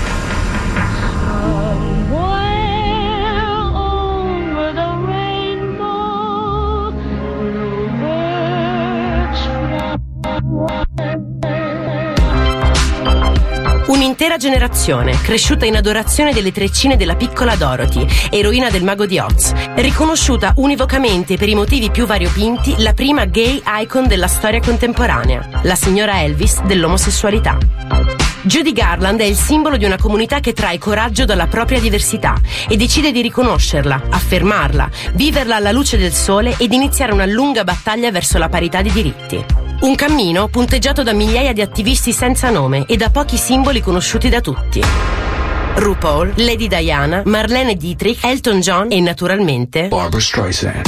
Un'intera generazione, cresciuta in adorazione delle treccine della piccola Dorothy, eroina del Mago di Oz, riconosciuta univocamente per i motivi più variopinti la prima gay icon della storia contemporanea, la signora Elvis dell'omosessualità. Judy Garland è il simbolo di una comunità che trae coraggio dalla propria diversità e decide di riconoscerla, affermarla, viverla alla luce del sole ed iniziare una lunga battaglia verso la parità di diritti. Un cammino punteggiato da migliaia di attivisti senza nome e da pochi simboli conosciuti da tutti. RuPaul, Lady Diana, Marlene Dietrich, Elton John e naturalmente Barbra Streisand.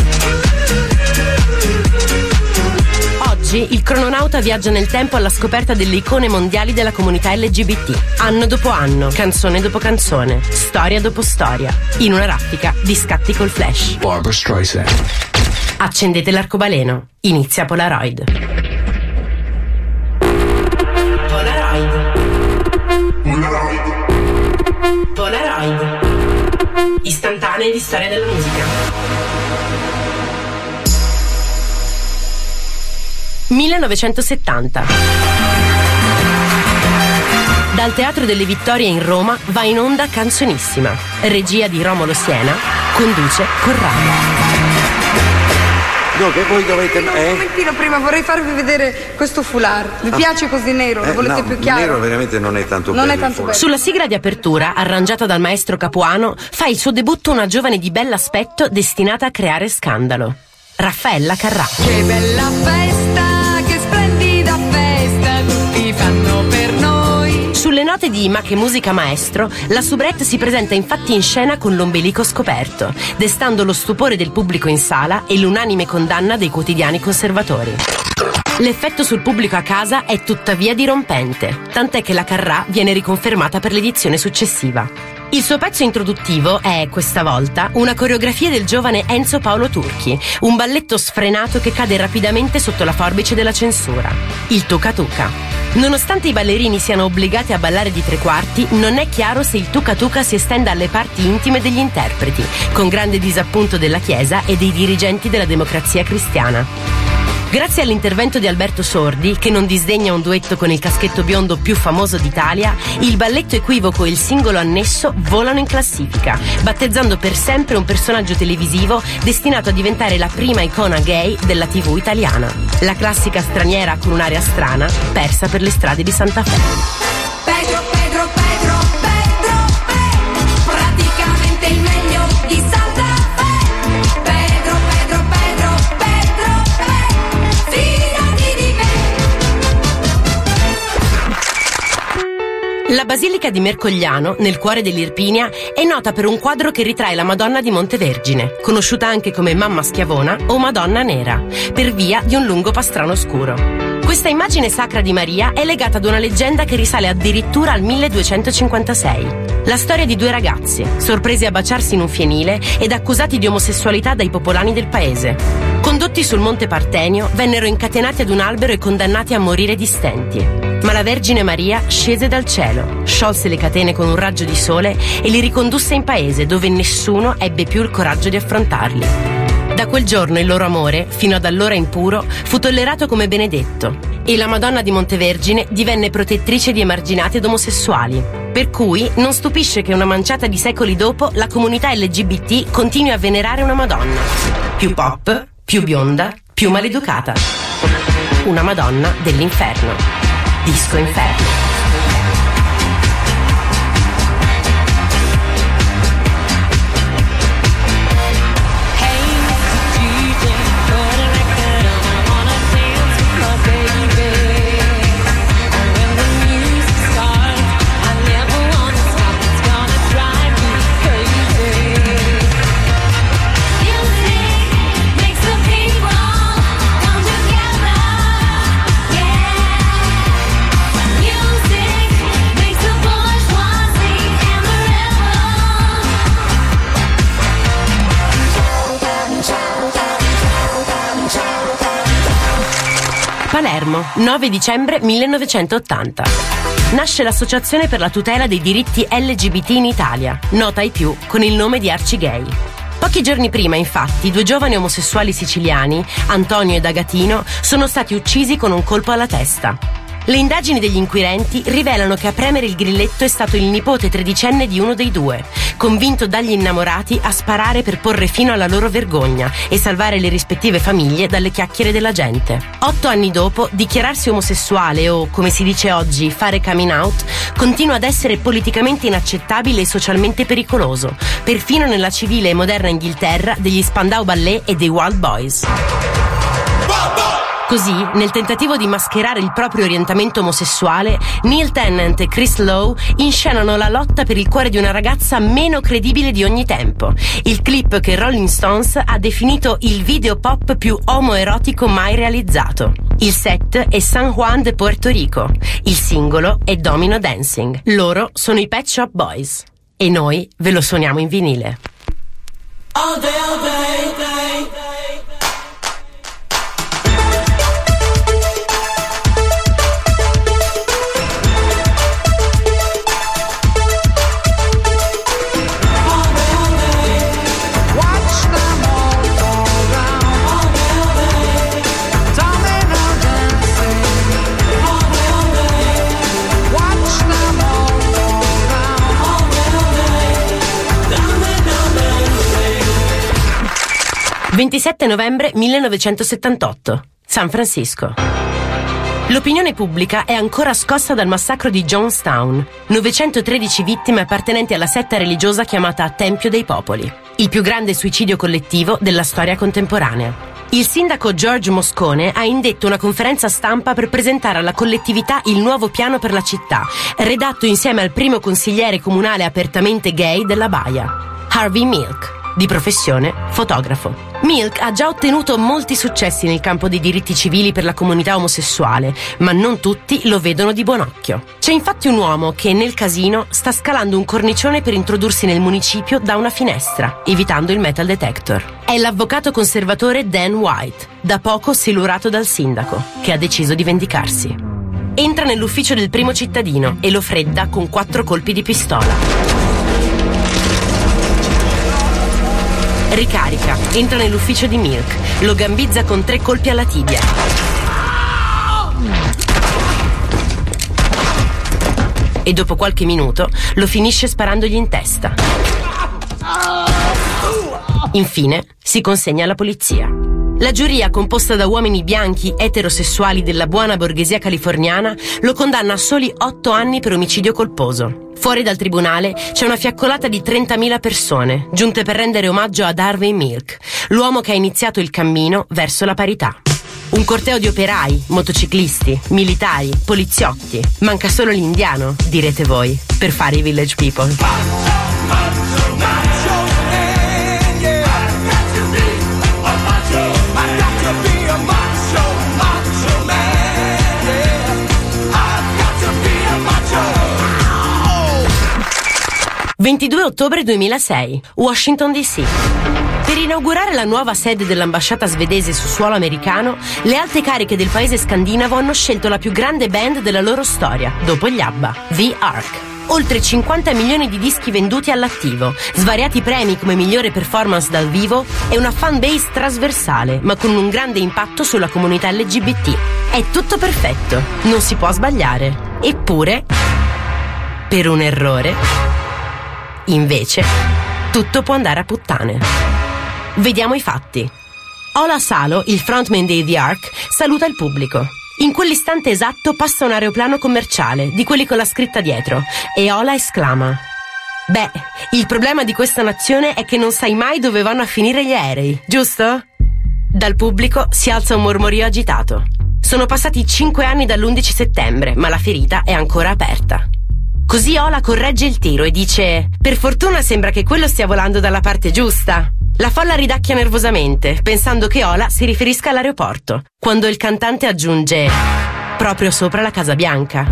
Oggi il crononauta viaggia nel tempo alla scoperta delle icone mondiali della comunità LGBT. Anno dopo anno, canzone dopo canzone, storia dopo storia, in una raffica di scatti col flash. Barbra Streisand. Accendete l'arcobaleno. Inizia Polaroid. Polaroid. Istantanee di storia della musica. 1970. Dal Teatro delle Vittorie in Roma va in onda Canzonissima. Regia di Romolo Siena. Conduce Corrado. No, che voi dovete. Un momentino prima vorrei farvi vedere questo foulard. Vi piace così nero? Lo volete più chiaro? Nero veramente non è tanto Non bello. è tanto bello. Sulla sigla di apertura, arrangiata dal maestro Capuano, fa il suo debutto una giovane di bell'aspetto destinata a creare scandalo. Raffaella Carrà. Che bella festa, che splendida festa, tutti fanno per noi. Sulle note di Ma che musica maestro, la soubrette si presenta infatti in scena con l'ombelico scoperto, destando lo stupore del pubblico in sala e l'unanime condanna dei quotidiani conservatori. L'effetto sul pubblico a casa è tuttavia dirompente, tant'è che la Carrà viene riconfermata per l'edizione successiva. Il suo pezzo introduttivo è, questa volta, una coreografia del giovane Enzo Paolo Turchi, un balletto sfrenato che cade rapidamente sotto la forbice della censura. Il Tuca Tuca. Nonostante i ballerini siano obbligati a ballare di tre quarti, non è chiaro se il Tuca Tuca si estenda alle parti intime degli interpreti, con grande disappunto della Chiesa e dei dirigenti della Democrazia Cristiana. Grazie all'intervento di Alberto Sordi, che non disdegna un duetto con il caschetto biondo più famoso d'Italia, il balletto equivoco e il singolo annesso volano in classifica, battezzando per sempre un personaggio televisivo destinato a diventare la prima icona gay della TV italiana. La classica straniera con un'aria strana, persa per le strade di Santa Fe. Pedro, praticamente il meglio di Santa Fe. Pedro, fidati di me. La Basilica di Mercogliano, nel cuore dell'Irpinia, è nota per un quadro che ritrae la Madonna di Montevergine, conosciuta anche come Mamma Schiavona o Madonna Nera, per via di un lungo pastrano scuro. Questa immagine sacra di Maria è legata ad una leggenda che risale addirittura al 1256. La storia di due ragazzi, sorpresi a baciarsi in un fienile ed accusati di omosessualità dai popolani del paese. Condotti sul Monte Partenio, vennero incatenati ad un albero e condannati a morire di stenti. Ma la Vergine Maria scese dal cielo, sciolse le catene con un raggio di sole e li ricondusse in paese, dove nessuno ebbe più il coraggio di affrontarli. Da quel giorno il loro amore, fino ad allora impuro, fu tollerato come benedetto e la Madonna di Montevergine divenne protettrice di emarginati ed omosessuali. Per cui non stupisce che una manciata di secoli dopo la comunità LGBT continui a venerare una Madonna. Più pop, più bionda, più maleducata. Una Madonna dell'inferno. Disco Inferno. Palermo, 9 dicembre 1980. Nasce l'Associazione per la tutela dei diritti LGBT in Italia, nota ai più con il nome di Arci Gay. Pochi giorni prima, infatti, due giovani omosessuali siciliani, Antonio ed Agatino, sono stati uccisi con un colpo alla testa. Le indagini degli inquirenti rivelano che a premere il grilletto è stato il nipote tredicenne di uno dei due, convinto dagli innamorati a sparare per porre fino alla loro vergogna e salvare le rispettive famiglie dalle chiacchiere della gente. 8 anni dopo, dichiararsi omosessuale o, come si dice oggi, fare coming out, continua ad essere politicamente inaccettabile e socialmente pericoloso, perfino nella civile e moderna Inghilterra degli Spandau Ballet e dei Wild Boys. Così, nel tentativo di mascherare il proprio orientamento omosessuale, Neil Tennant e Chris Lowe inscenano la lotta per il cuore di una ragazza meno credibile di ogni tempo. Il clip che Rolling Stones ha definito il video pop più omoerotico mai realizzato. Il set è San Juan de Puerto Rico. Il singolo è Domino Dancing. Loro sono i Pet Shop Boys. E noi ve lo suoniamo in vinile. All day, all day, all day. 27 novembre 1978, San Francisco. L'opinione pubblica è ancora scossa dal massacro di Jonestown, 913 vittime appartenenti alla setta religiosa chiamata Tempio dei Popoli, il più grande suicidio collettivo della storia contemporanea. Il sindaco George Moscone ha indetto una conferenza stampa per presentare alla collettività il nuovo piano per la città, redatto insieme al primo consigliere comunale apertamente gay della Baia, Harvey Milk, di professione fotografo. Milk ha già ottenuto molti successi nel campo dei diritti civili per la comunità omosessuale, ma non tutti lo vedono di buon occhio. C'è infatti un uomo che nel casino sta scalando un cornicione per introdursi nel municipio da una finestra, evitando il metal detector. È l'avvocato conservatore Dan White, da poco silurato dal sindaco, che ha deciso di vendicarsi. Entra nell'ufficio del primo cittadino e lo fredda con 4 colpi di pistola. Ricarica, entra nell'ufficio di Milk, lo gambizza con 3 colpi alla tibia. E dopo qualche minuto lo finisce sparandogli in testa. Infine si consegna alla polizia. La giuria, composta da uomini bianchi eterosessuali della buona borghesia californiana, lo condanna a soli 8 anni per omicidio colposo. Fuori dal tribunale c'è una fiaccolata di 30.000 persone, giunte per rendere omaggio ad Harvey Milk, l'uomo che ha iniziato il cammino verso la parità. Un corteo di operai, motociclisti, militari, poliziotti. Manca solo l'indiano, direte voi, per fare i Village People. Il 22 ottobre 2006, Washington DC. Per inaugurare la nuova sede dell'ambasciata svedese su suolo americano, le alte cariche del paese scandinavo hanno scelto la più grande band della loro storia, dopo gli ABBA, The Ark. Oltre 50 milioni di dischi venduti all'attivo, svariati premi come migliore performance dal vivo e una fanbase trasversale, ma con un grande impatto sulla comunità LGBT. È tutto perfetto, non si può sbagliare. Eppure, per un errore, invece, tutto può andare a puttane. Vediamo i fatti. Ola Salo, il frontman dei The Ark, saluta il pubblico. In quell'istante esatto passa un aeroplano commerciale, di quelli con la scritta dietro, e Ola esclama: beh, il problema di questa nazione è che non sai mai dove vanno a finire gli aerei, giusto? Dal pubblico si alza un mormorio agitato. Sono passati 5 anni dall'11 settembre, ma la ferita è ancora aperta. Così Ola corregge il tiro e dice: per fortuna sembra che quello stia volando dalla parte giusta. La folla ridacchia nervosamente, pensando che Ola si riferisca all'aeroporto, quando il cantante aggiunge: proprio sopra la Casa Bianca.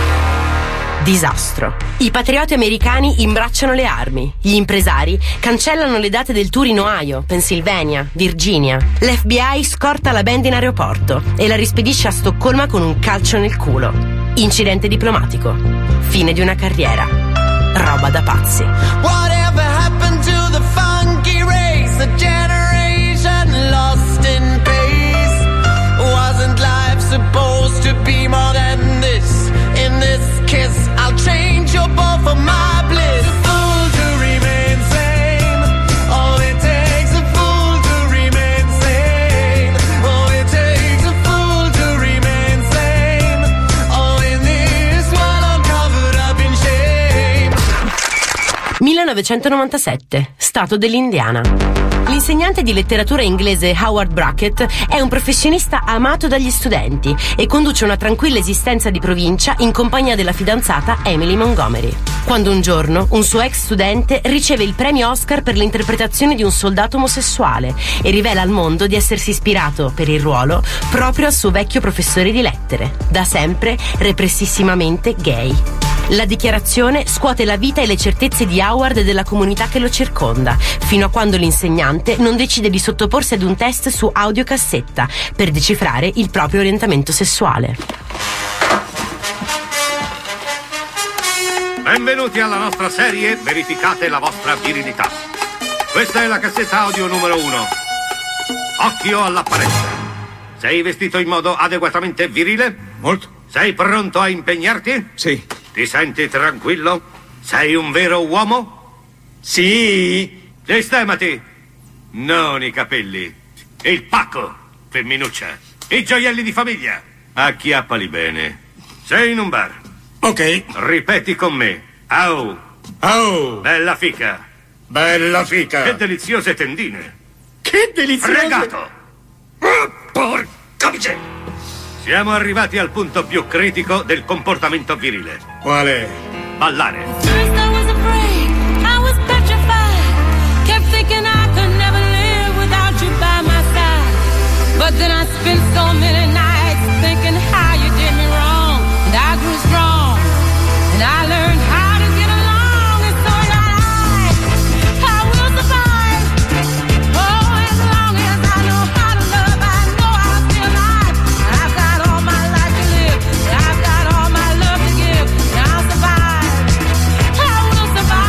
Disastro. I patrioti americani imbracciano le armi, gli impresari cancellano le date del tour in Ohio, Pennsylvania, Virginia. L'FBI scorta la band in aeroporto e la rispedisce a Stoccolma con un calcio nel culo. Incidente diplomatico. Fine di una carriera. Roba da pazzi. Whatever happened to the funky race? A generation lost in pace. Wasn't life supposed to be more than this? In this kiss, I'll change your ball for my bliss. A fool to remain sane. All it takes a fool to remain sane. All it takes a fool to remain sane. All in this while I'm covered up in shame. 1997, Stato dell'Indiana. L'insegnante di letteratura inglese Howard Brackett è un professionista amato dagli studenti e conduce una tranquilla esistenza di provincia in compagnia della fidanzata Emily Montgomery. Quando un giorno un suo ex studente riceve il premio Oscar per l'interpretazione di un soldato omosessuale e rivela al mondo di essersi ispirato per il ruolo proprio al suo vecchio professore di lettere, da sempre repressissimamente gay. La dichiarazione scuote la vita e le certezze di Howard e della comunità che lo circonda, fino a quando l'insegnante non decide di sottoporsi ad un test su audiocassetta per decifrare il proprio orientamento sessuale. Benvenuti alla nostra serie Verificate la vostra virilità. Questa è la cassetta audio numero 1. Occhio all'apparenza. Sei vestito in modo adeguatamente virile? Molto. Sei pronto a impegnarti? Sì. Ti senti tranquillo? Sei un vero uomo? Sì. Sistemati. Non i capelli. Il pacco, femminuccia. I gioielli di famiglia. Acchiappali bene. Sei in un bar. Ok. Ripeti con me. Au. Au. Bella fica. Bella fica. Che deliziose tendine. Che deliziose. Fregato. Porca miseria. Siamo arrivati al punto più critico del comportamento virile. Quale? Ballare. First I was afraid, I was petrified. Kept thinking I could never live without you by my side. But then I spent so many nights thinking how you did me wrong. And I grew strong, and I learned how to get along. And so I will survive. Oh, as long as I know how to love, I know I'll be alive. I've got all my life to live, I've got all my love to give, and I'll survive. I will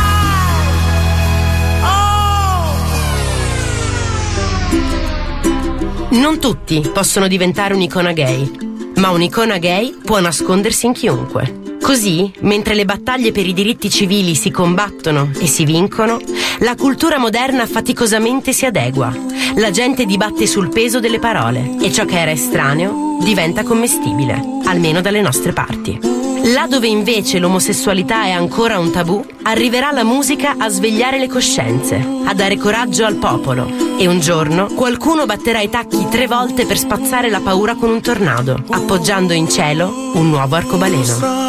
survive. Oh. Non tutti possono diventare un'icona gay, ma un'icona gay può nascondersi in chiunque. Così, mentre le battaglie per i diritti civili si combattono e si vincono, la cultura moderna faticosamente si adegua. La gente dibatte sul peso delle parole e ciò che era estraneo diventa commestibile, almeno dalle nostre parti. Là dove invece l'omosessualità è ancora un tabù, arriverà la musica a svegliare le coscienze, a dare coraggio al popolo. E un giorno qualcuno batterà i tacchi 3 volte per spazzare la paura con un tornado, appoggiando in cielo un nuovo arcobaleno.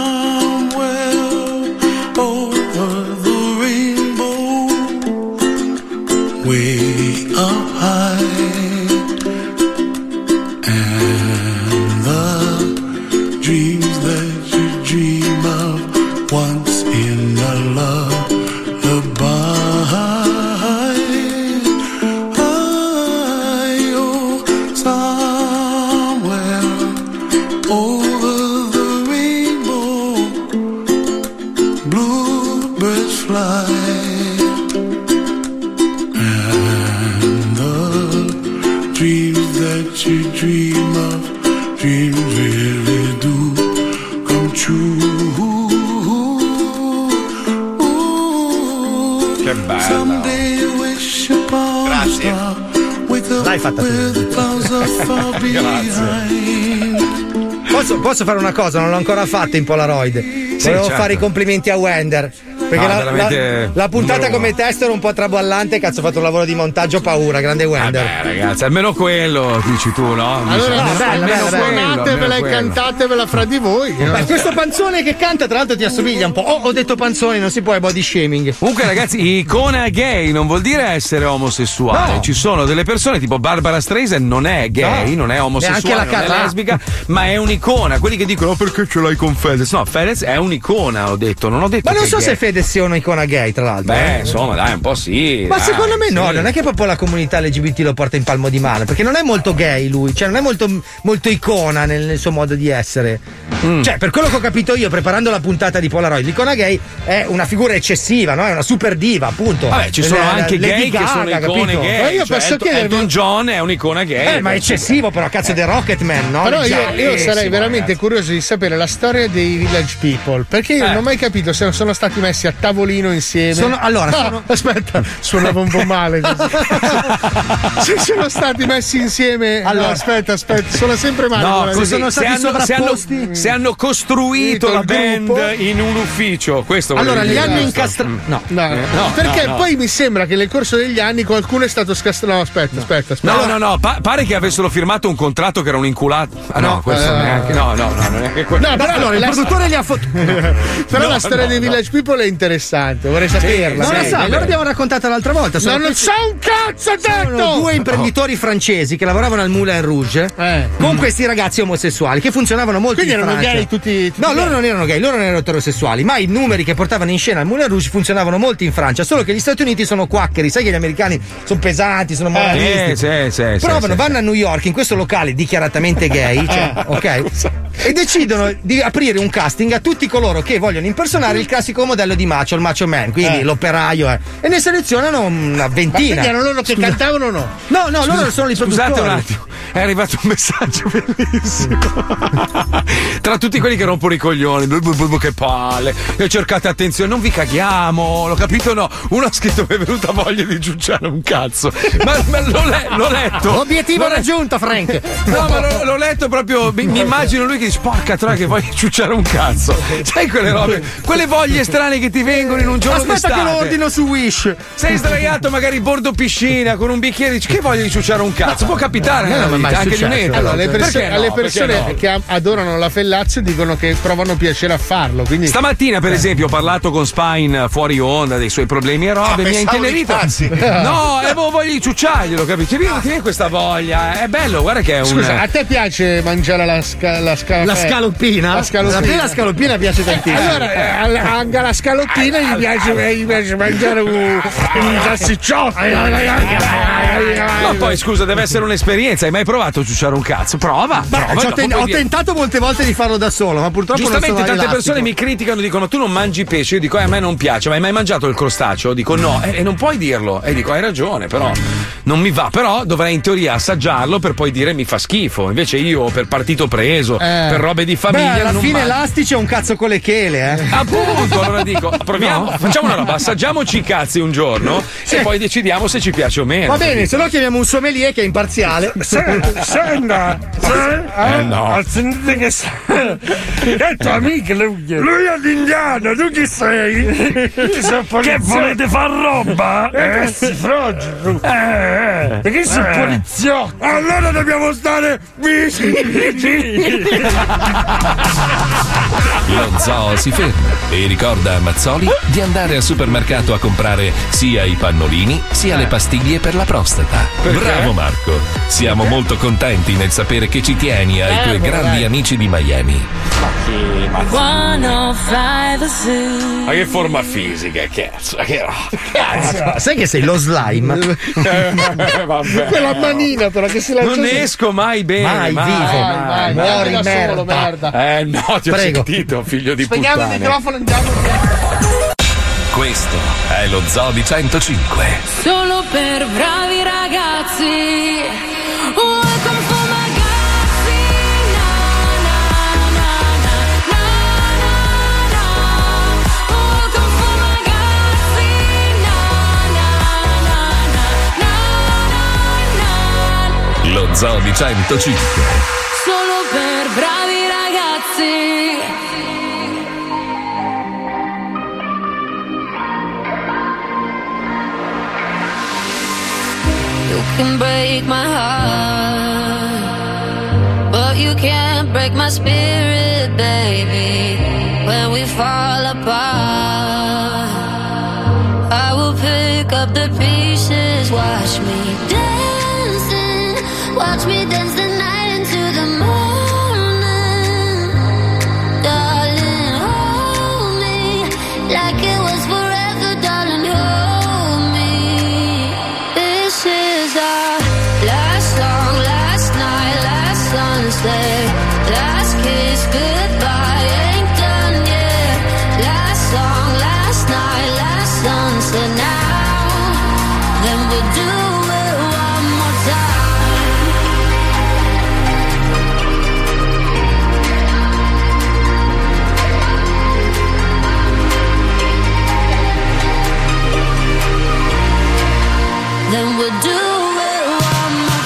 Way up high, and the dreams that you dream of once in a lullaby. Oh, somewhere over the rainbow, bluebirds fly. Dreams that you dream of, dreams really do come true. Che bello. Someday you wish upon a star, wake up with the clouds are far behind. Posso fare una cosa? Non l'ho ancora fatta in Polaroid. Volevo certo. fare i complimenti a Wender. Perché la puntata come testo era un po' traballante. Cazzo, ho fatto un lavoro di montaggio, paura. Grande Wender. Ragazzi, almeno quello dici tu, no? Allora, suonatevela e cantatevela fra di voi. Beh, questo Panzone che canta, tra l'altro, ti assomiglia un po'. Ho detto Panzone, non si può, è body shaming. Comunque, ragazzi, icona gay non vuol dire essere omosessuale. No. Ci sono delle persone tipo Barbara Streisand, non è gay, non è omosessuale, non è lesbica, ma è un'icona. Quelli che dicono perché ce l'hai con Fedez? No, Fedez è un'icona, ho detto, non ho detto. Ma non che so è se gay. Fedez sia un'icona gay, tra l'altro. Beh, insomma, dai, un po' sì. Ma dai, secondo me no, sì. non è che proprio la comunità LGBT lo porta in palmo di mano, perché non è molto gay lui, cioè non è molto icona nel suo modo di essere. Cioè, per quello che ho capito io preparando la puntata di Polaroid, l'icona gay è una figura eccessiva, no? È una super diva, appunto. Vabbè, ci sono anche gay che sono icone capito? gay. Ma io cioè, posso chiedervi- Elton John è un'icona gay. Ma è eccessivo, però, cazzo, The Rocketman, no? Però io Già, sarei veramente curioso di sapere la storia dei Village People, perché io non ho mai capito se sono stati messi a tavolino insieme. Aspetta, suonava un po' male così. Se sono stati messi insieme. Allora, no, aspetta, suona sempre male. No, così, sono stati sovrapposti. se hanno costruito la band in un ufficio, questo Allora, volevo li dire. hanno incastrato. No, perché poi mi sembra che nel corso degli anni qualcuno è stato scastrato. No, aspetta. No, pare che avessero firmato un contratto che era un inculato. Ah, no, questo neanche. No, neanche quello. No, però allora, il produttore li ha fottuti. Però la storia dei Village People è interessante, vorrei saperla. Non la sai, allora abbiamo raccontato l'altra volta. Non so un cazzo, ho detto! Sono 2 imprenditori francesi che lavoravano al Moulin Rouge con questi ragazzi omosessuali che funzionavano molto Quindi in erano Francia. gay tutti No, loro gay. non erano gay, loro erano eterosessuali, ma i numeri che portavano in scena al Moulin Rouge funzionavano molto in Francia, solo che gli Stati Uniti sono quaccheri, sai che gli americani sono pesanti, sono moralisti. Provano, vanno a New York in questo locale dichiaratamente gay, cioè, ok? E decidono di aprire un casting a tutti coloro che vogliono impersonare il classico modello di macho, il macho man, quindi l'operaio, e ne selezionano una ventina. Ma quindi erano loro che cantavano o no? No, loro sono i produttori. Scusate un attimo, è arrivato un messaggio bellissimo. Tra tutti quelli che rompono i coglioni, che palle, e cercate attenzione, non vi caghiamo, l'ho capito? No, uno ha scritto mi è venuta voglia di ciucciare un cazzo. Ma l'ho letto. Obiettivo raggiunto, Frank. No, ma l'ho letto proprio. Mi immagino lui che dice: porca troia, che voglio ciucciare un cazzo. Sai quelle robe, quelle voglie strane che ti vengono in un giorno Aspetta d'estate. che lo ordino su Wish. Sei sdraiato magari bordo piscina con un bicchiere, dici che voglio di ciucciare un cazzo. Può capitare nella vita, anche di un etero. Allora, le Perché persone no? che adorano la fellazio dicono che provano piacere a farlo. Quindi... Stamattina, per esempio, ho parlato con Spine fuori onda dei suoi problemi e robe. Mi ha intenerito. No, avevo voglia di ciucciarglielo, capisci? Vieni questa voglia. È bello, guarda che è un. Scusa, a te piace mangiare la scaloppina? La scaloppina? A me la scaloppina piace tantissimo. Allora, anche la scaloppina gli piace mangiare un salsicciotto. Ma poi scusa, deve essere un'esperienza. Hai mai provato a ciucciare un cazzo? Prova. Ho tentato molte volte di farlo da solo, ma purtroppo Giustamente non sono tante elastico. persone mi criticano, dicono tu non mangi pesce, io dico a me non piace, ma hai mai mangiato il crostaceo? Dico no, e non puoi dirlo, e dico hai ragione, però non mi va, però dovrei in teoria assaggiarlo per poi dire mi fa schifo, invece io per partito preso, per robe di famiglia alla non fine mangio. elastici è un cazzo con le chele, Appunto, allora dico, proviamo, facciamo una roba, assaggiamoci i cazzi un giorno e poi decidiamo se ci piace o meno. Va bene, se no chiamiamo un sommelier che è imparziale. Senta, no. Al sentire che è tua amica lui è l'indiano, tu chi sei? Che volete far roba? Si frogge tu. Perché sei poliziotto? Allora dobbiamo stare vicini. Lo zoo si ferma e ricorda a Mazzoli di andare al supermercato a comprare sia i pannolini sia le pastiglie per la prostata. Perché? Bravo Marco, siamo molto contenti nel sapere che ci tieni ai tuoi grandi amici di Miami. Ma che forma fisica, cazzo. Sai che sei lo slime? Vabbè. Quella manina però che si lancia. Non ne esco mai bene. Mai vivo. Muori merda. No, ti ho sentito, figlio di Spegniamo puttana. il microfono, andiamo. Questo è lo Zoo di 105. Solo per bravi ragazzi. Welcome for my ragazzi. Na na na na na na na. Welcome for my ragazzi. Na na na na na na. Lo Zoo di 105. Solo per bravi ragazzi. You can break my heart, but you can't break my spirit, baby. When we fall apart, I will pick up the pieces. Watch me dancing, watch me dance the night into the morning. Darling, hold me like it was forever, darling, hold me. This is our last song, last night, last sunset, last kiss, goodbye, ain't done yet. Last song, last night, last sunset, now, then we'll do it one more time. Then we'll do it one more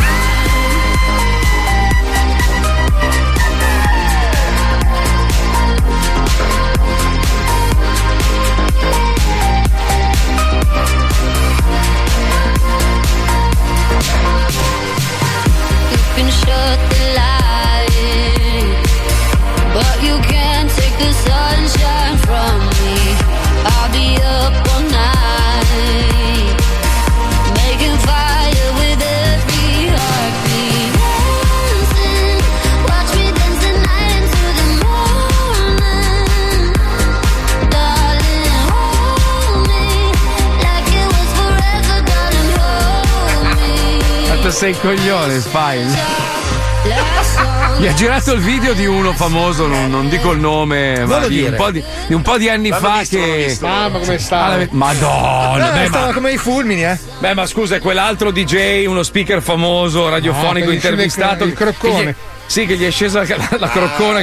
You can shut the light, but you can't take the sunshine from me. I'll be up all night, making fire with every heartbeat. Dancing, watch me dance the night into the morning. Darling, hold me like it was forever, darling, hold me. Quanto sei coglione, Spine. Mi ha girato il video di uno famoso, non dico il nome, ma lo di dire. un po' di anni fa che. Mamma come sta? Madonna, beh, stava come i fulmini, Beh, ma scusa, è quell'altro DJ, uno speaker famoso, radiofonico, quelli intervistato. il croccone. Sì, che gli è scesa la croccona.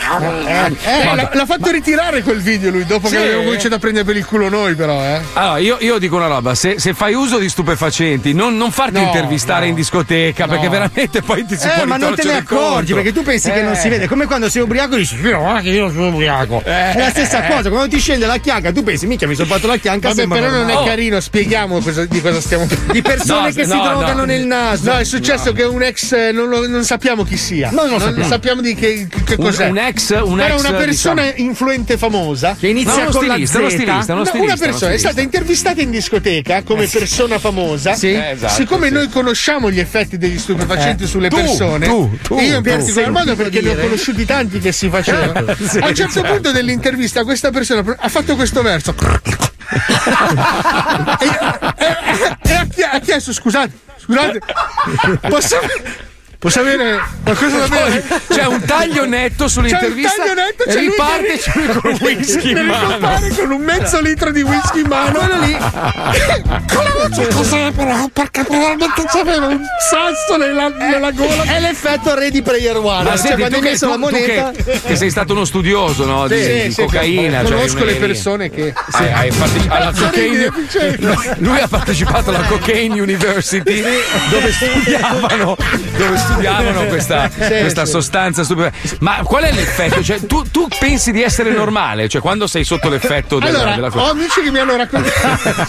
L'ha fatto ritirare quel video lui dopo Sì. che avevamo cominciato a prendere per il culo noi, però, Allora, io dico una roba: se fai uso di stupefacenti, non farti No, intervistare in discoteca, perché veramente poi ti si può ma non te ne ritorcere il conto. accorgi perché tu pensi che non si vede, come quando sei ubriaco dici guarda che io sono ubriaco. È la stessa cosa, quando ti scende la chianca tu pensi minchia mi sono fatto la chianca. Vabbè, sembra però non è normale. carino, spieghiamo di cosa stiamo parlando. Di persone che si drogano nel naso. No, è successo che un ex non sappiamo chi sia. No, non lo sappiamo. Di che cos'è. Un ex, Era una persona diciamo, influente famosa che inizia con la Z. Una persona è stata intervistata in discoteca come persona famosa. Sì. Esatto, Siccome noi conosciamo gli effetti degli stupefacenti sulle persone, tu, e io in particolar modo sentito perché ne ho dire. conosciuti tanti che si facevano. Sì, A un certo punto dell'intervista questa persona ha fatto questo verso e ha chiesto scusate Posso avere qualcosa da bere? C'è un taglio netto sull'intervista. C'è e riparte c'è lui con un whisky in mano. Con un mezzo litro di whisky in mano. Quello lì. Con la voce cos'è però? Perché probabilmente c'aveva un sasso nella gola. È l'effetto Ready Player One. Ma senti, quando hai messo la moneta. che sei stato uno studioso, no? Di cocaina. Conosco le persone che hai partecipato alla cocaine. Lui ha partecipato alla Cocaine University dove studiavano questa sostanza stupida. Ma qual è l'effetto? Cioè, tu pensi di essere normale? Cioè, quando sei sotto l'effetto della ho amici che mi hanno raccontato.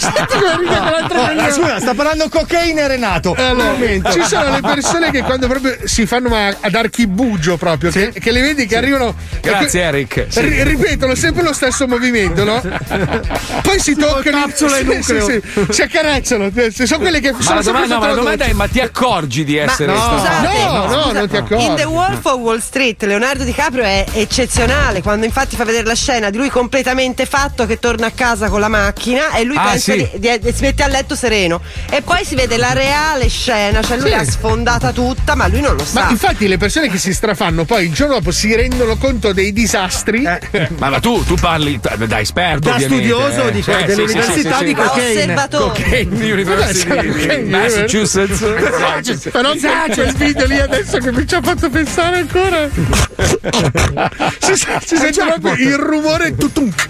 Scusa, sta parlando cocaine Renato. Ci sono le persone che quando proprio si fanno ad archibugio proprio, che le vedi che arrivano. Grazie, Eric. Ripetono sempre lo stesso movimento, no? Poi si toccano. Capsula e nucleo. Si accarezzano. Sono quelle che ma la domanda è: ma ti accorgi di essere No, non ti accorgi. In The Wolf of Wall Street Leonardo DiCaprio è eccezionale, quando infatti fa vedere la scena di lui completamente fatto che torna a casa con la macchina e lui pensa si mette a letto sereno, e poi si vede la reale scena, cioè lui l'ha sfondata tutta, ma lui non lo sa. Ma infatti le persone che si strafanno poi il giorno dopo si rendono conto dei disastri. Ma tu parli da esperto, da studioso dell'università di cocaine. Cocaine University Massachusetts. Però quel video lì adesso che mi ci ha fatto pensare ancora. Si sente proprio il rumore tutunk.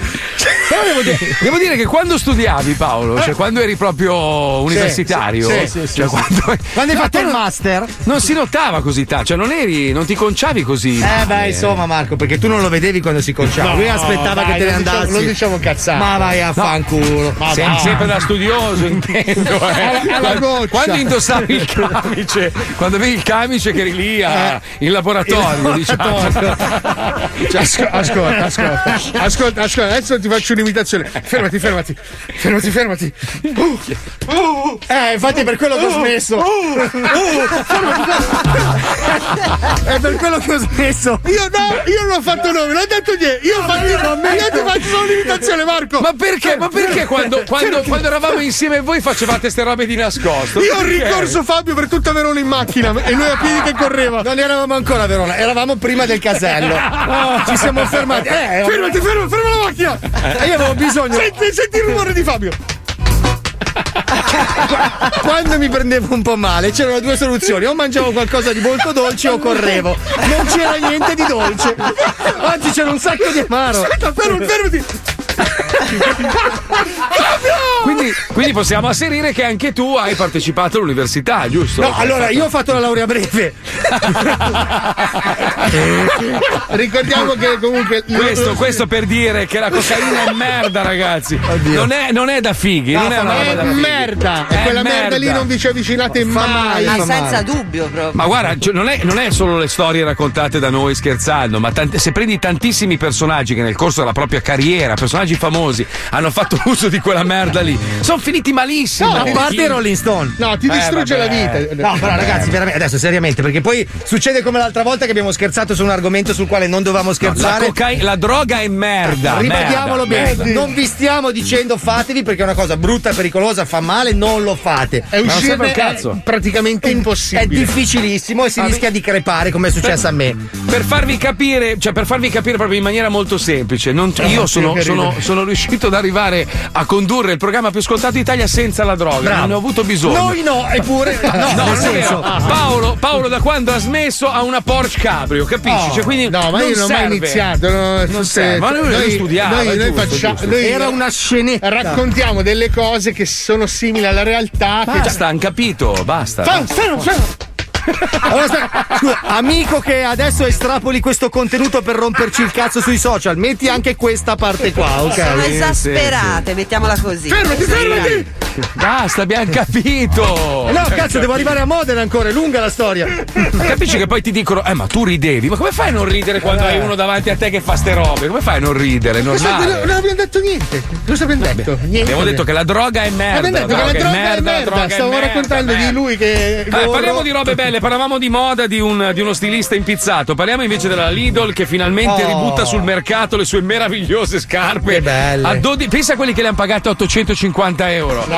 Devo dire che quando studiavi, Paolo, cioè quando eri proprio universitario, quando hai fatto il master, non si notava così tanto, cioè non ti conciavi così. Insomma, Marco, perché tu non lo vedevi quando si conciava. Lui aspettava che te ne andassi. Non diciamo cazzate. Ma vai a fanculo. Sempre da studioso, intendo. Quando indossavi il camice, quando avevi il camice che eri lì in laboratorio, Ascolta, adesso ti faccio un'imitazione. Fermati. Infatti è per quello che ho smesso. È per quello che ho smesso. Io non ho fatto nome, non ho detto niente. Io ti faccio solo un'imitazione, Marco. Ma perché quando eravamo insieme a voi facevate ste robe di nascosto? Io ho rincorso Fabio per tutta Verona in macchina e lui a piedi che correva. Non eravamo ancora a Verona, eravamo prima del casello. Ci siamo fermati. Ferma la macchina. Io avevo bisogno. Senti il rumore di Fabio. Quando mi prendevo un po' male c'erano due soluzioni: o mangiavo qualcosa di molto dolce o correvo. Non c'era niente di dolce, oggi c'era un sacco di amaro. Aspetta, fermati. Quindi possiamo asserire che anche tu hai partecipato all'università, giusto? No, allora io ho fatto la laurea breve. Ricordiamo che comunque questo per dire che la cocaina è merda, ragazzi. Non è da fighi, non è una roba da fighi. Merda. E quella merda lì non vi ci avvicinate mai. Ma senza dubbio proprio. Ma guarda, non è solo le storie raccontate da noi scherzando, ma se prendi tantissimi personaggi che nel corso della propria carriera, personaggi famosi, hanno fatto uso di quella merda lì, sono finiti malissimo. No, a parte i Rolling Stone. No, ti distrugge la vita. No, però ragazzi, veramente, adesso seriamente, perché poi succede come l'altra volta che abbiamo scherzato su un argomento sul quale non dovevamo scherzare. La droga è merda. Ribadiamolo bene. Non vi stiamo dicendo fatevi, perché è una cosa brutta, pericolosa, fa male, non lo fate. È uscire praticamente impossibile. È difficilissimo e si rischia di crepare, come è successo a me. Per farvi capire proprio in maniera molto semplice, io sono riuscito ad arrivare a condurre il programma più ascoltato d'Italia senza la droga. Bravo. Non ne ho avuto bisogno. Noi no, eppure nel senso. Paolo da quando ha smesso ha una Porsche Cabrio, capisci? Cioè, quindi no, ma io non ho mai iniziato. Non serve. Ma noi studiamo. Era una scenetta. Raccontiamo delle cose che sono simili alla realtà. Basta, hanno capito, basta. Fermo. Allora, scusa, amico che adesso estrapoli questo contenuto per romperci il cazzo sui social, metti anche questa parte qua, ok? Sono esasperate, mettiamola così. Fermati! Basta, abbiamo capito. No, cazzo, devo arrivare a Modena ancora, è lunga la storia. Capisci che poi ti dicono, ma tu ridevi, ma come fai a non ridere quando hai uno davanti a te che fa ste robe? Come fai a non ridere? Normale. Non abbiamo detto niente. Cosa abbiamo detto? Niente. Abbiamo detto che la droga è merda. Abbiamo detto che la droga è merda. Stavo raccontando di lui che. Parliamo di robe belle, parlavamo di moda, di uno stilista impizzato. Parliamo invece della Lidl che finalmente ributta sul mercato le sue meravigliose scarpe. Che belle. Pensa a quelli che le hanno pagate 850 euro.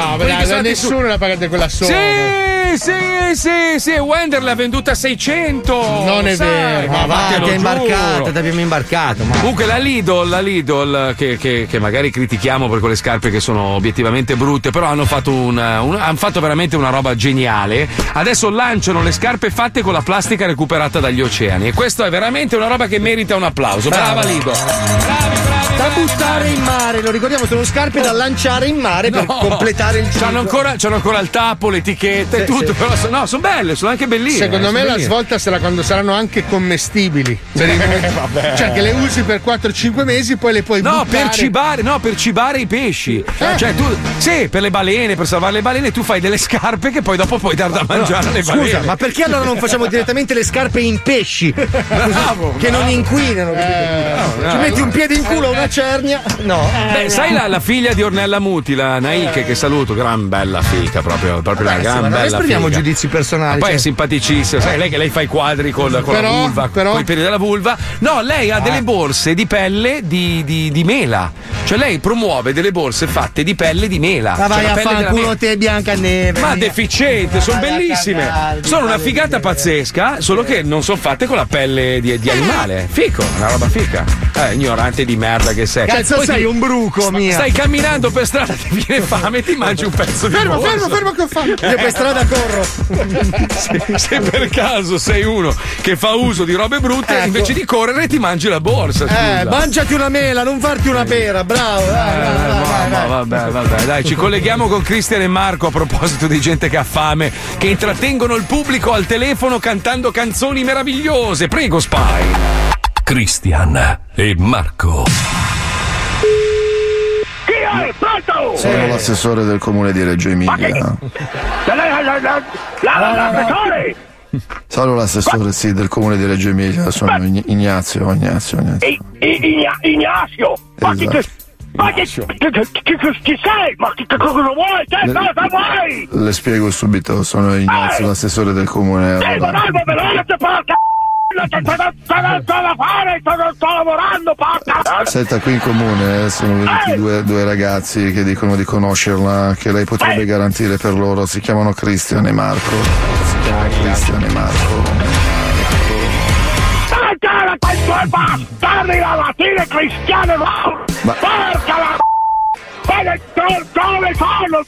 No, nessuno l'ha pagata quella sola. Sì, Wender l'ha venduta a 600. Non è vero. Ma va, ti abbiamo imbarcato. Comunque la Lidl che magari critichiamo per quelle scarpe che sono obiettivamente brutte, però hanno fatto hanno fatto veramente una roba geniale. Adesso lanciano le scarpe fatte con la plastica recuperata dagli oceani e questo è veramente una roba che merita un applauso. Brava Lidl. Bravi. Da buttare in mare, lo ricordiamo, sono scarpe da lanciare in mare per completare il ciclo. C'hanno ancora il tappo, l'etichetta e tutto, però sono belle, sono anche belline. Secondo me la svolta sarà quando saranno anche commestibili. Cioè che le usi per 4-5 mesi, poi le puoi buttare. Per cibare i pesci. Cioè tu, per le balene, per salvare le balene, tu fai delle scarpe che poi dopo puoi dar da mangiare alle balene. Scusa, ma perché allora non facciamo direttamente le scarpe in pesci? Che non inquinano. Ci metti un piede in culo a una cernia? No. Sai la figlia di Ornella Muti, la Naike, che saluto, gran bella fica, proprio una gran bella fica. Esprimiamo giudizi personali. Ma poi è simpaticissima, sai, lei che lei fa i quadri con la vulva, con i peli della vulva. No, lei ha delle borse di pelle di mela. Cioè lei promuove delle borse fatte di pelle di mela. Ma vai a fanculo te, Biancaneve. Ma deficiente, sono bellissime. Sono una figata pazzesca, solo che non sono fatte con la pelle di animale. Fico, una roba fica. Ignorante di merda che sei. Cazzo, sei un bruco, mia. Stai camminando per strada, ti viene fame e ti mangi un pezzo di borsa. Fermo che ho fame. Io per strada corro. Se per caso sei uno che fa uso di robe brutte, invece di correre ti mangi la borsa. Mangiati una mela, non farti una pera, bravo. Vabbè, dai, ci colleghiamo con Cristian e Marco a proposito di gente che ha fame, che intrattengono il pubblico al telefono cantando canzoni meravigliose. Prego, Spy. Cristian e Marco. Chi è? Pronto? Sono l'assessore del comune di Reggio Emilia. L'assessore? Sono l'assessore, sì, del comune di Reggio Emilia. Sono Ignazio. Ignazio? Ma chi sei? Ma cosa vuoi? Cosa vuoi? Le spiego subito, sono Ignazio, l'assessore del comune. Veloce, porca! C'è da fare, sto lavorando, porca! Senta, qui in comune sono venuti due ragazzi che dicono di conoscerla, che lei potrebbe garantire per loro. Si chiamano Cristian e Marco. Bastardi la mattina, Cristiano e Marco! Porca la... Dove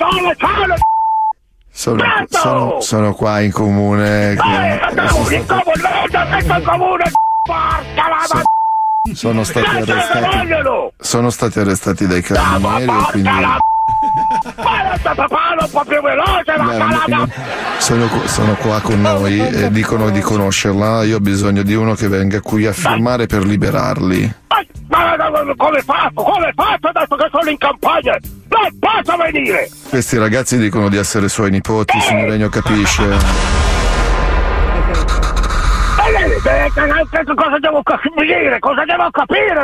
sono? Sono qua in comune. Sono stati arrestati dai carabinieri, quindi sono qua con noi e dicono di conoscerla. Io ho bisogno di uno che venga qui a firmare per liberarli. Ma come faccio adesso che sono in campagna? Non posso venire! Questi ragazzi dicono di essere suoi nipoti, signor Regno capisce? Cosa devo capire? Cosa devo capire?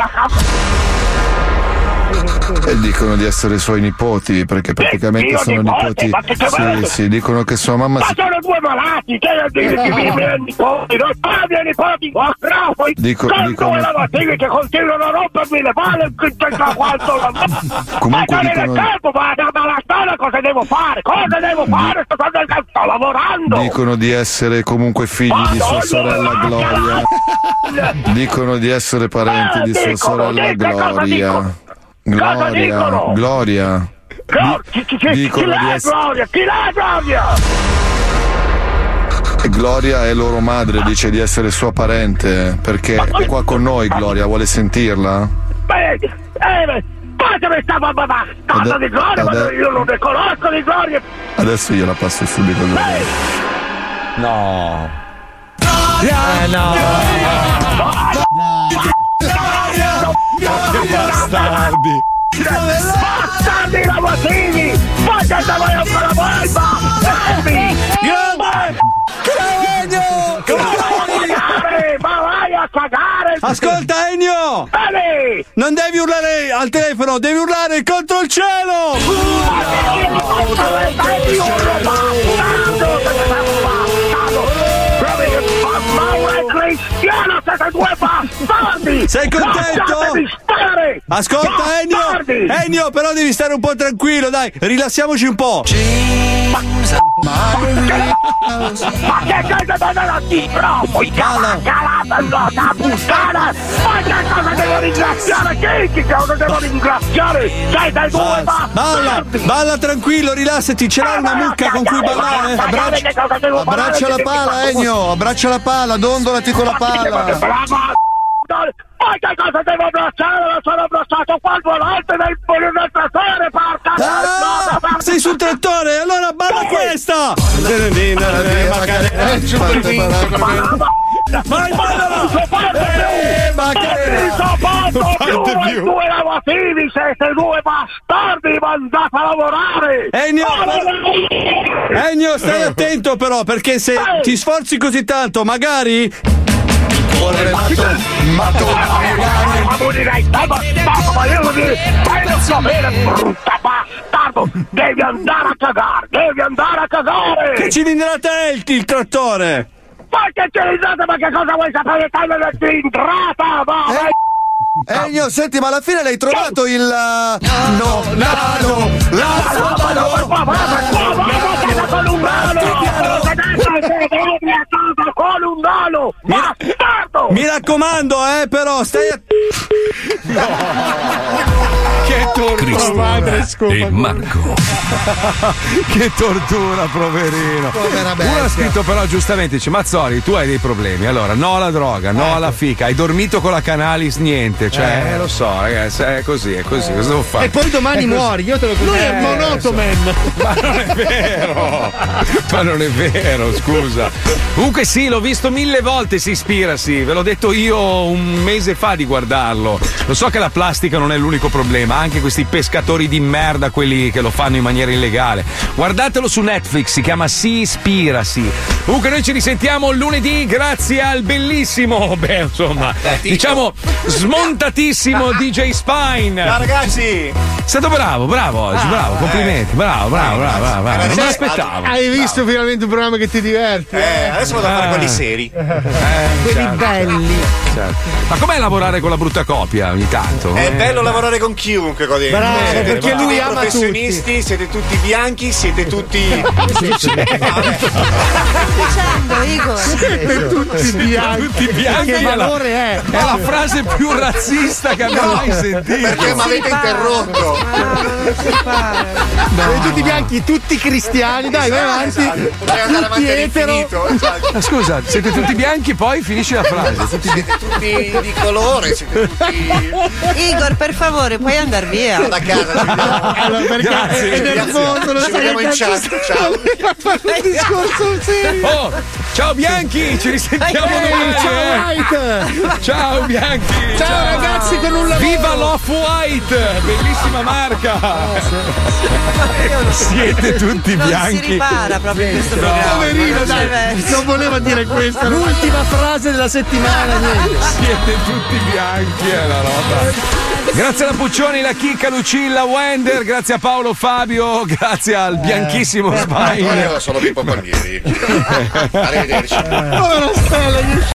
E dicono di essere suoi nipoti, perché praticamente sono nipoti. Sì, dicono che sua mamma sono due malati, che miei nipoti, non sono miei nipoti, sono due lavativi che continuano a rompermi le palle quanto. Comunque dicono... tempo, ma la strada cosa devo fare? Sto lavorando. Dicono di essere comunque figli di sua sorella Gloria. Dicono di essere parenti di sua sorella Gloria. Gloria. Chi l'è Gloria? E Gloria è loro madre, dice di essere sua parente, perché è qua con noi. Gloria, vuole sentirla? Fatemi sta bastarda di Gloria, ma io non ne conosco di Gloria. Adesso gliela passo subito. No. Bastardi! Bastardi lavativi! Fate voi ancora voi! Ma vai a cagare! Ascolta, Ennio! Non devi urlare al telefono, devi urlare contro il cielo! Mauro e Cristiano, siete due bastardi! Sei contento? Lasciatemi stare! Ascolta Ennio, però devi stare un po' tranquillo, dai, rilassiamoci un po'. Ma che cosa da tiro? Poi calata puttana! Ma che cosa devo ringraziare? Che cosa devo ringraziare? Siete due bastardi! Balla tranquillo, rilassati, ce l'hai una mucca con cui ballare? Abbraccia la pala, Ennio, abbraccia la pala, dondolati con la pala. Ma che cosa devo abbracciare? Lo sono abbracciato 4 volte nel trattore, porca! Sei sul trattore, allora balla questa! Vai, ballala! Non parte più! Due lavativi, siete due bastardi, mandate a lavorare! Ennio, stai attento però, perché se ti sforzi così tanto, magari... Ma morirai, ma io lo devo sapere, brutta bastardo! Devi andare a cagare! Che cilindrata è il trattore? Ma che cilindrata, ma che cosa vuoi sapere? Stai nella cilindrata, vai! Ennio, senti, ma alla fine l'hai trovato il... Mi raccomando, però stai Che tortura, madre e Marco. Che tortura, poverino. Uno ha scritto però giustamente, dice: Mazzoli, tu hai dei problemi. Allora, no alla droga, no alla fica. Hai dormito con la Canalis, niente. Cioè, lo so, ragazzi, è così. Cosa devo fare? E poi domani muori, io te lo consiglio. Lui è monotoman. Ma non è vero. Ma non è vero, scusa. Comunque sì, l'ho visto 1000 volte, si ispira, sì. Ve l'ho detto io un mese fa di guardarlo. Lo so che la plastica non è l'unico problema, anche questi pescatori di merda, quelli che lo fanno in maniera illegale. Guardatelo su Netflix, si chiama Si Ispirasi. Comunque noi ci risentiamo lunedì grazie al bellissimo, diciamo smontatissimo DJ Spine. Ciao ragazzi! È stato bravo oggi, bravo, complimenti, bravo. Non me l'aspettavo. Hai visto finalmente un programma che ti diverte? Adesso vado a fare quelli seri. Quelli belli. Certo. Ma com'è lavorare con la brutta copia ogni tanto? È bello lavorare con chiunque, bravo, perché lui ama professionisti, tutti. siete tutti bianchi, siete tutti dicendo, Igor? Siete tutti bianchi. Che valore è? È la frase più razzista che abbia mai sentito. Perché mi avete interrotto? Siete tutti bianchi, tutti cristiani, dai, vai avanti. Tutti etero. Ma scusa, siete tutti bianchi, poi finisci la frase. Siete tutti di colore, siete tutti... Igor, per favore, puoi andare via. Da casa, Allora, perché Grazie. è nervoso, non ci sai vediamo in chat. Ciao. fare un discorso serio. Oh, ciao Bianchi, ci risentiamo domani. Ciao White. Ciao Bianchi. Ciao ragazzi, con un lavoro. Viva l'Off-White, bellissima marca. Siete tutti Non bianchi. si ripara proprio in questo programma. Poverino, dai, non voleva dire questa. L'ultima frase della settimana, niente. Siete tutti bianchi, è la roba. Grazie alla Puccioni, la Chicca, Lucilla, Wender, grazie a Paolo Fabio, grazie al bianchissimo Spine. Io sono Pippo Palmieri. Arrivederci. Povera Stella,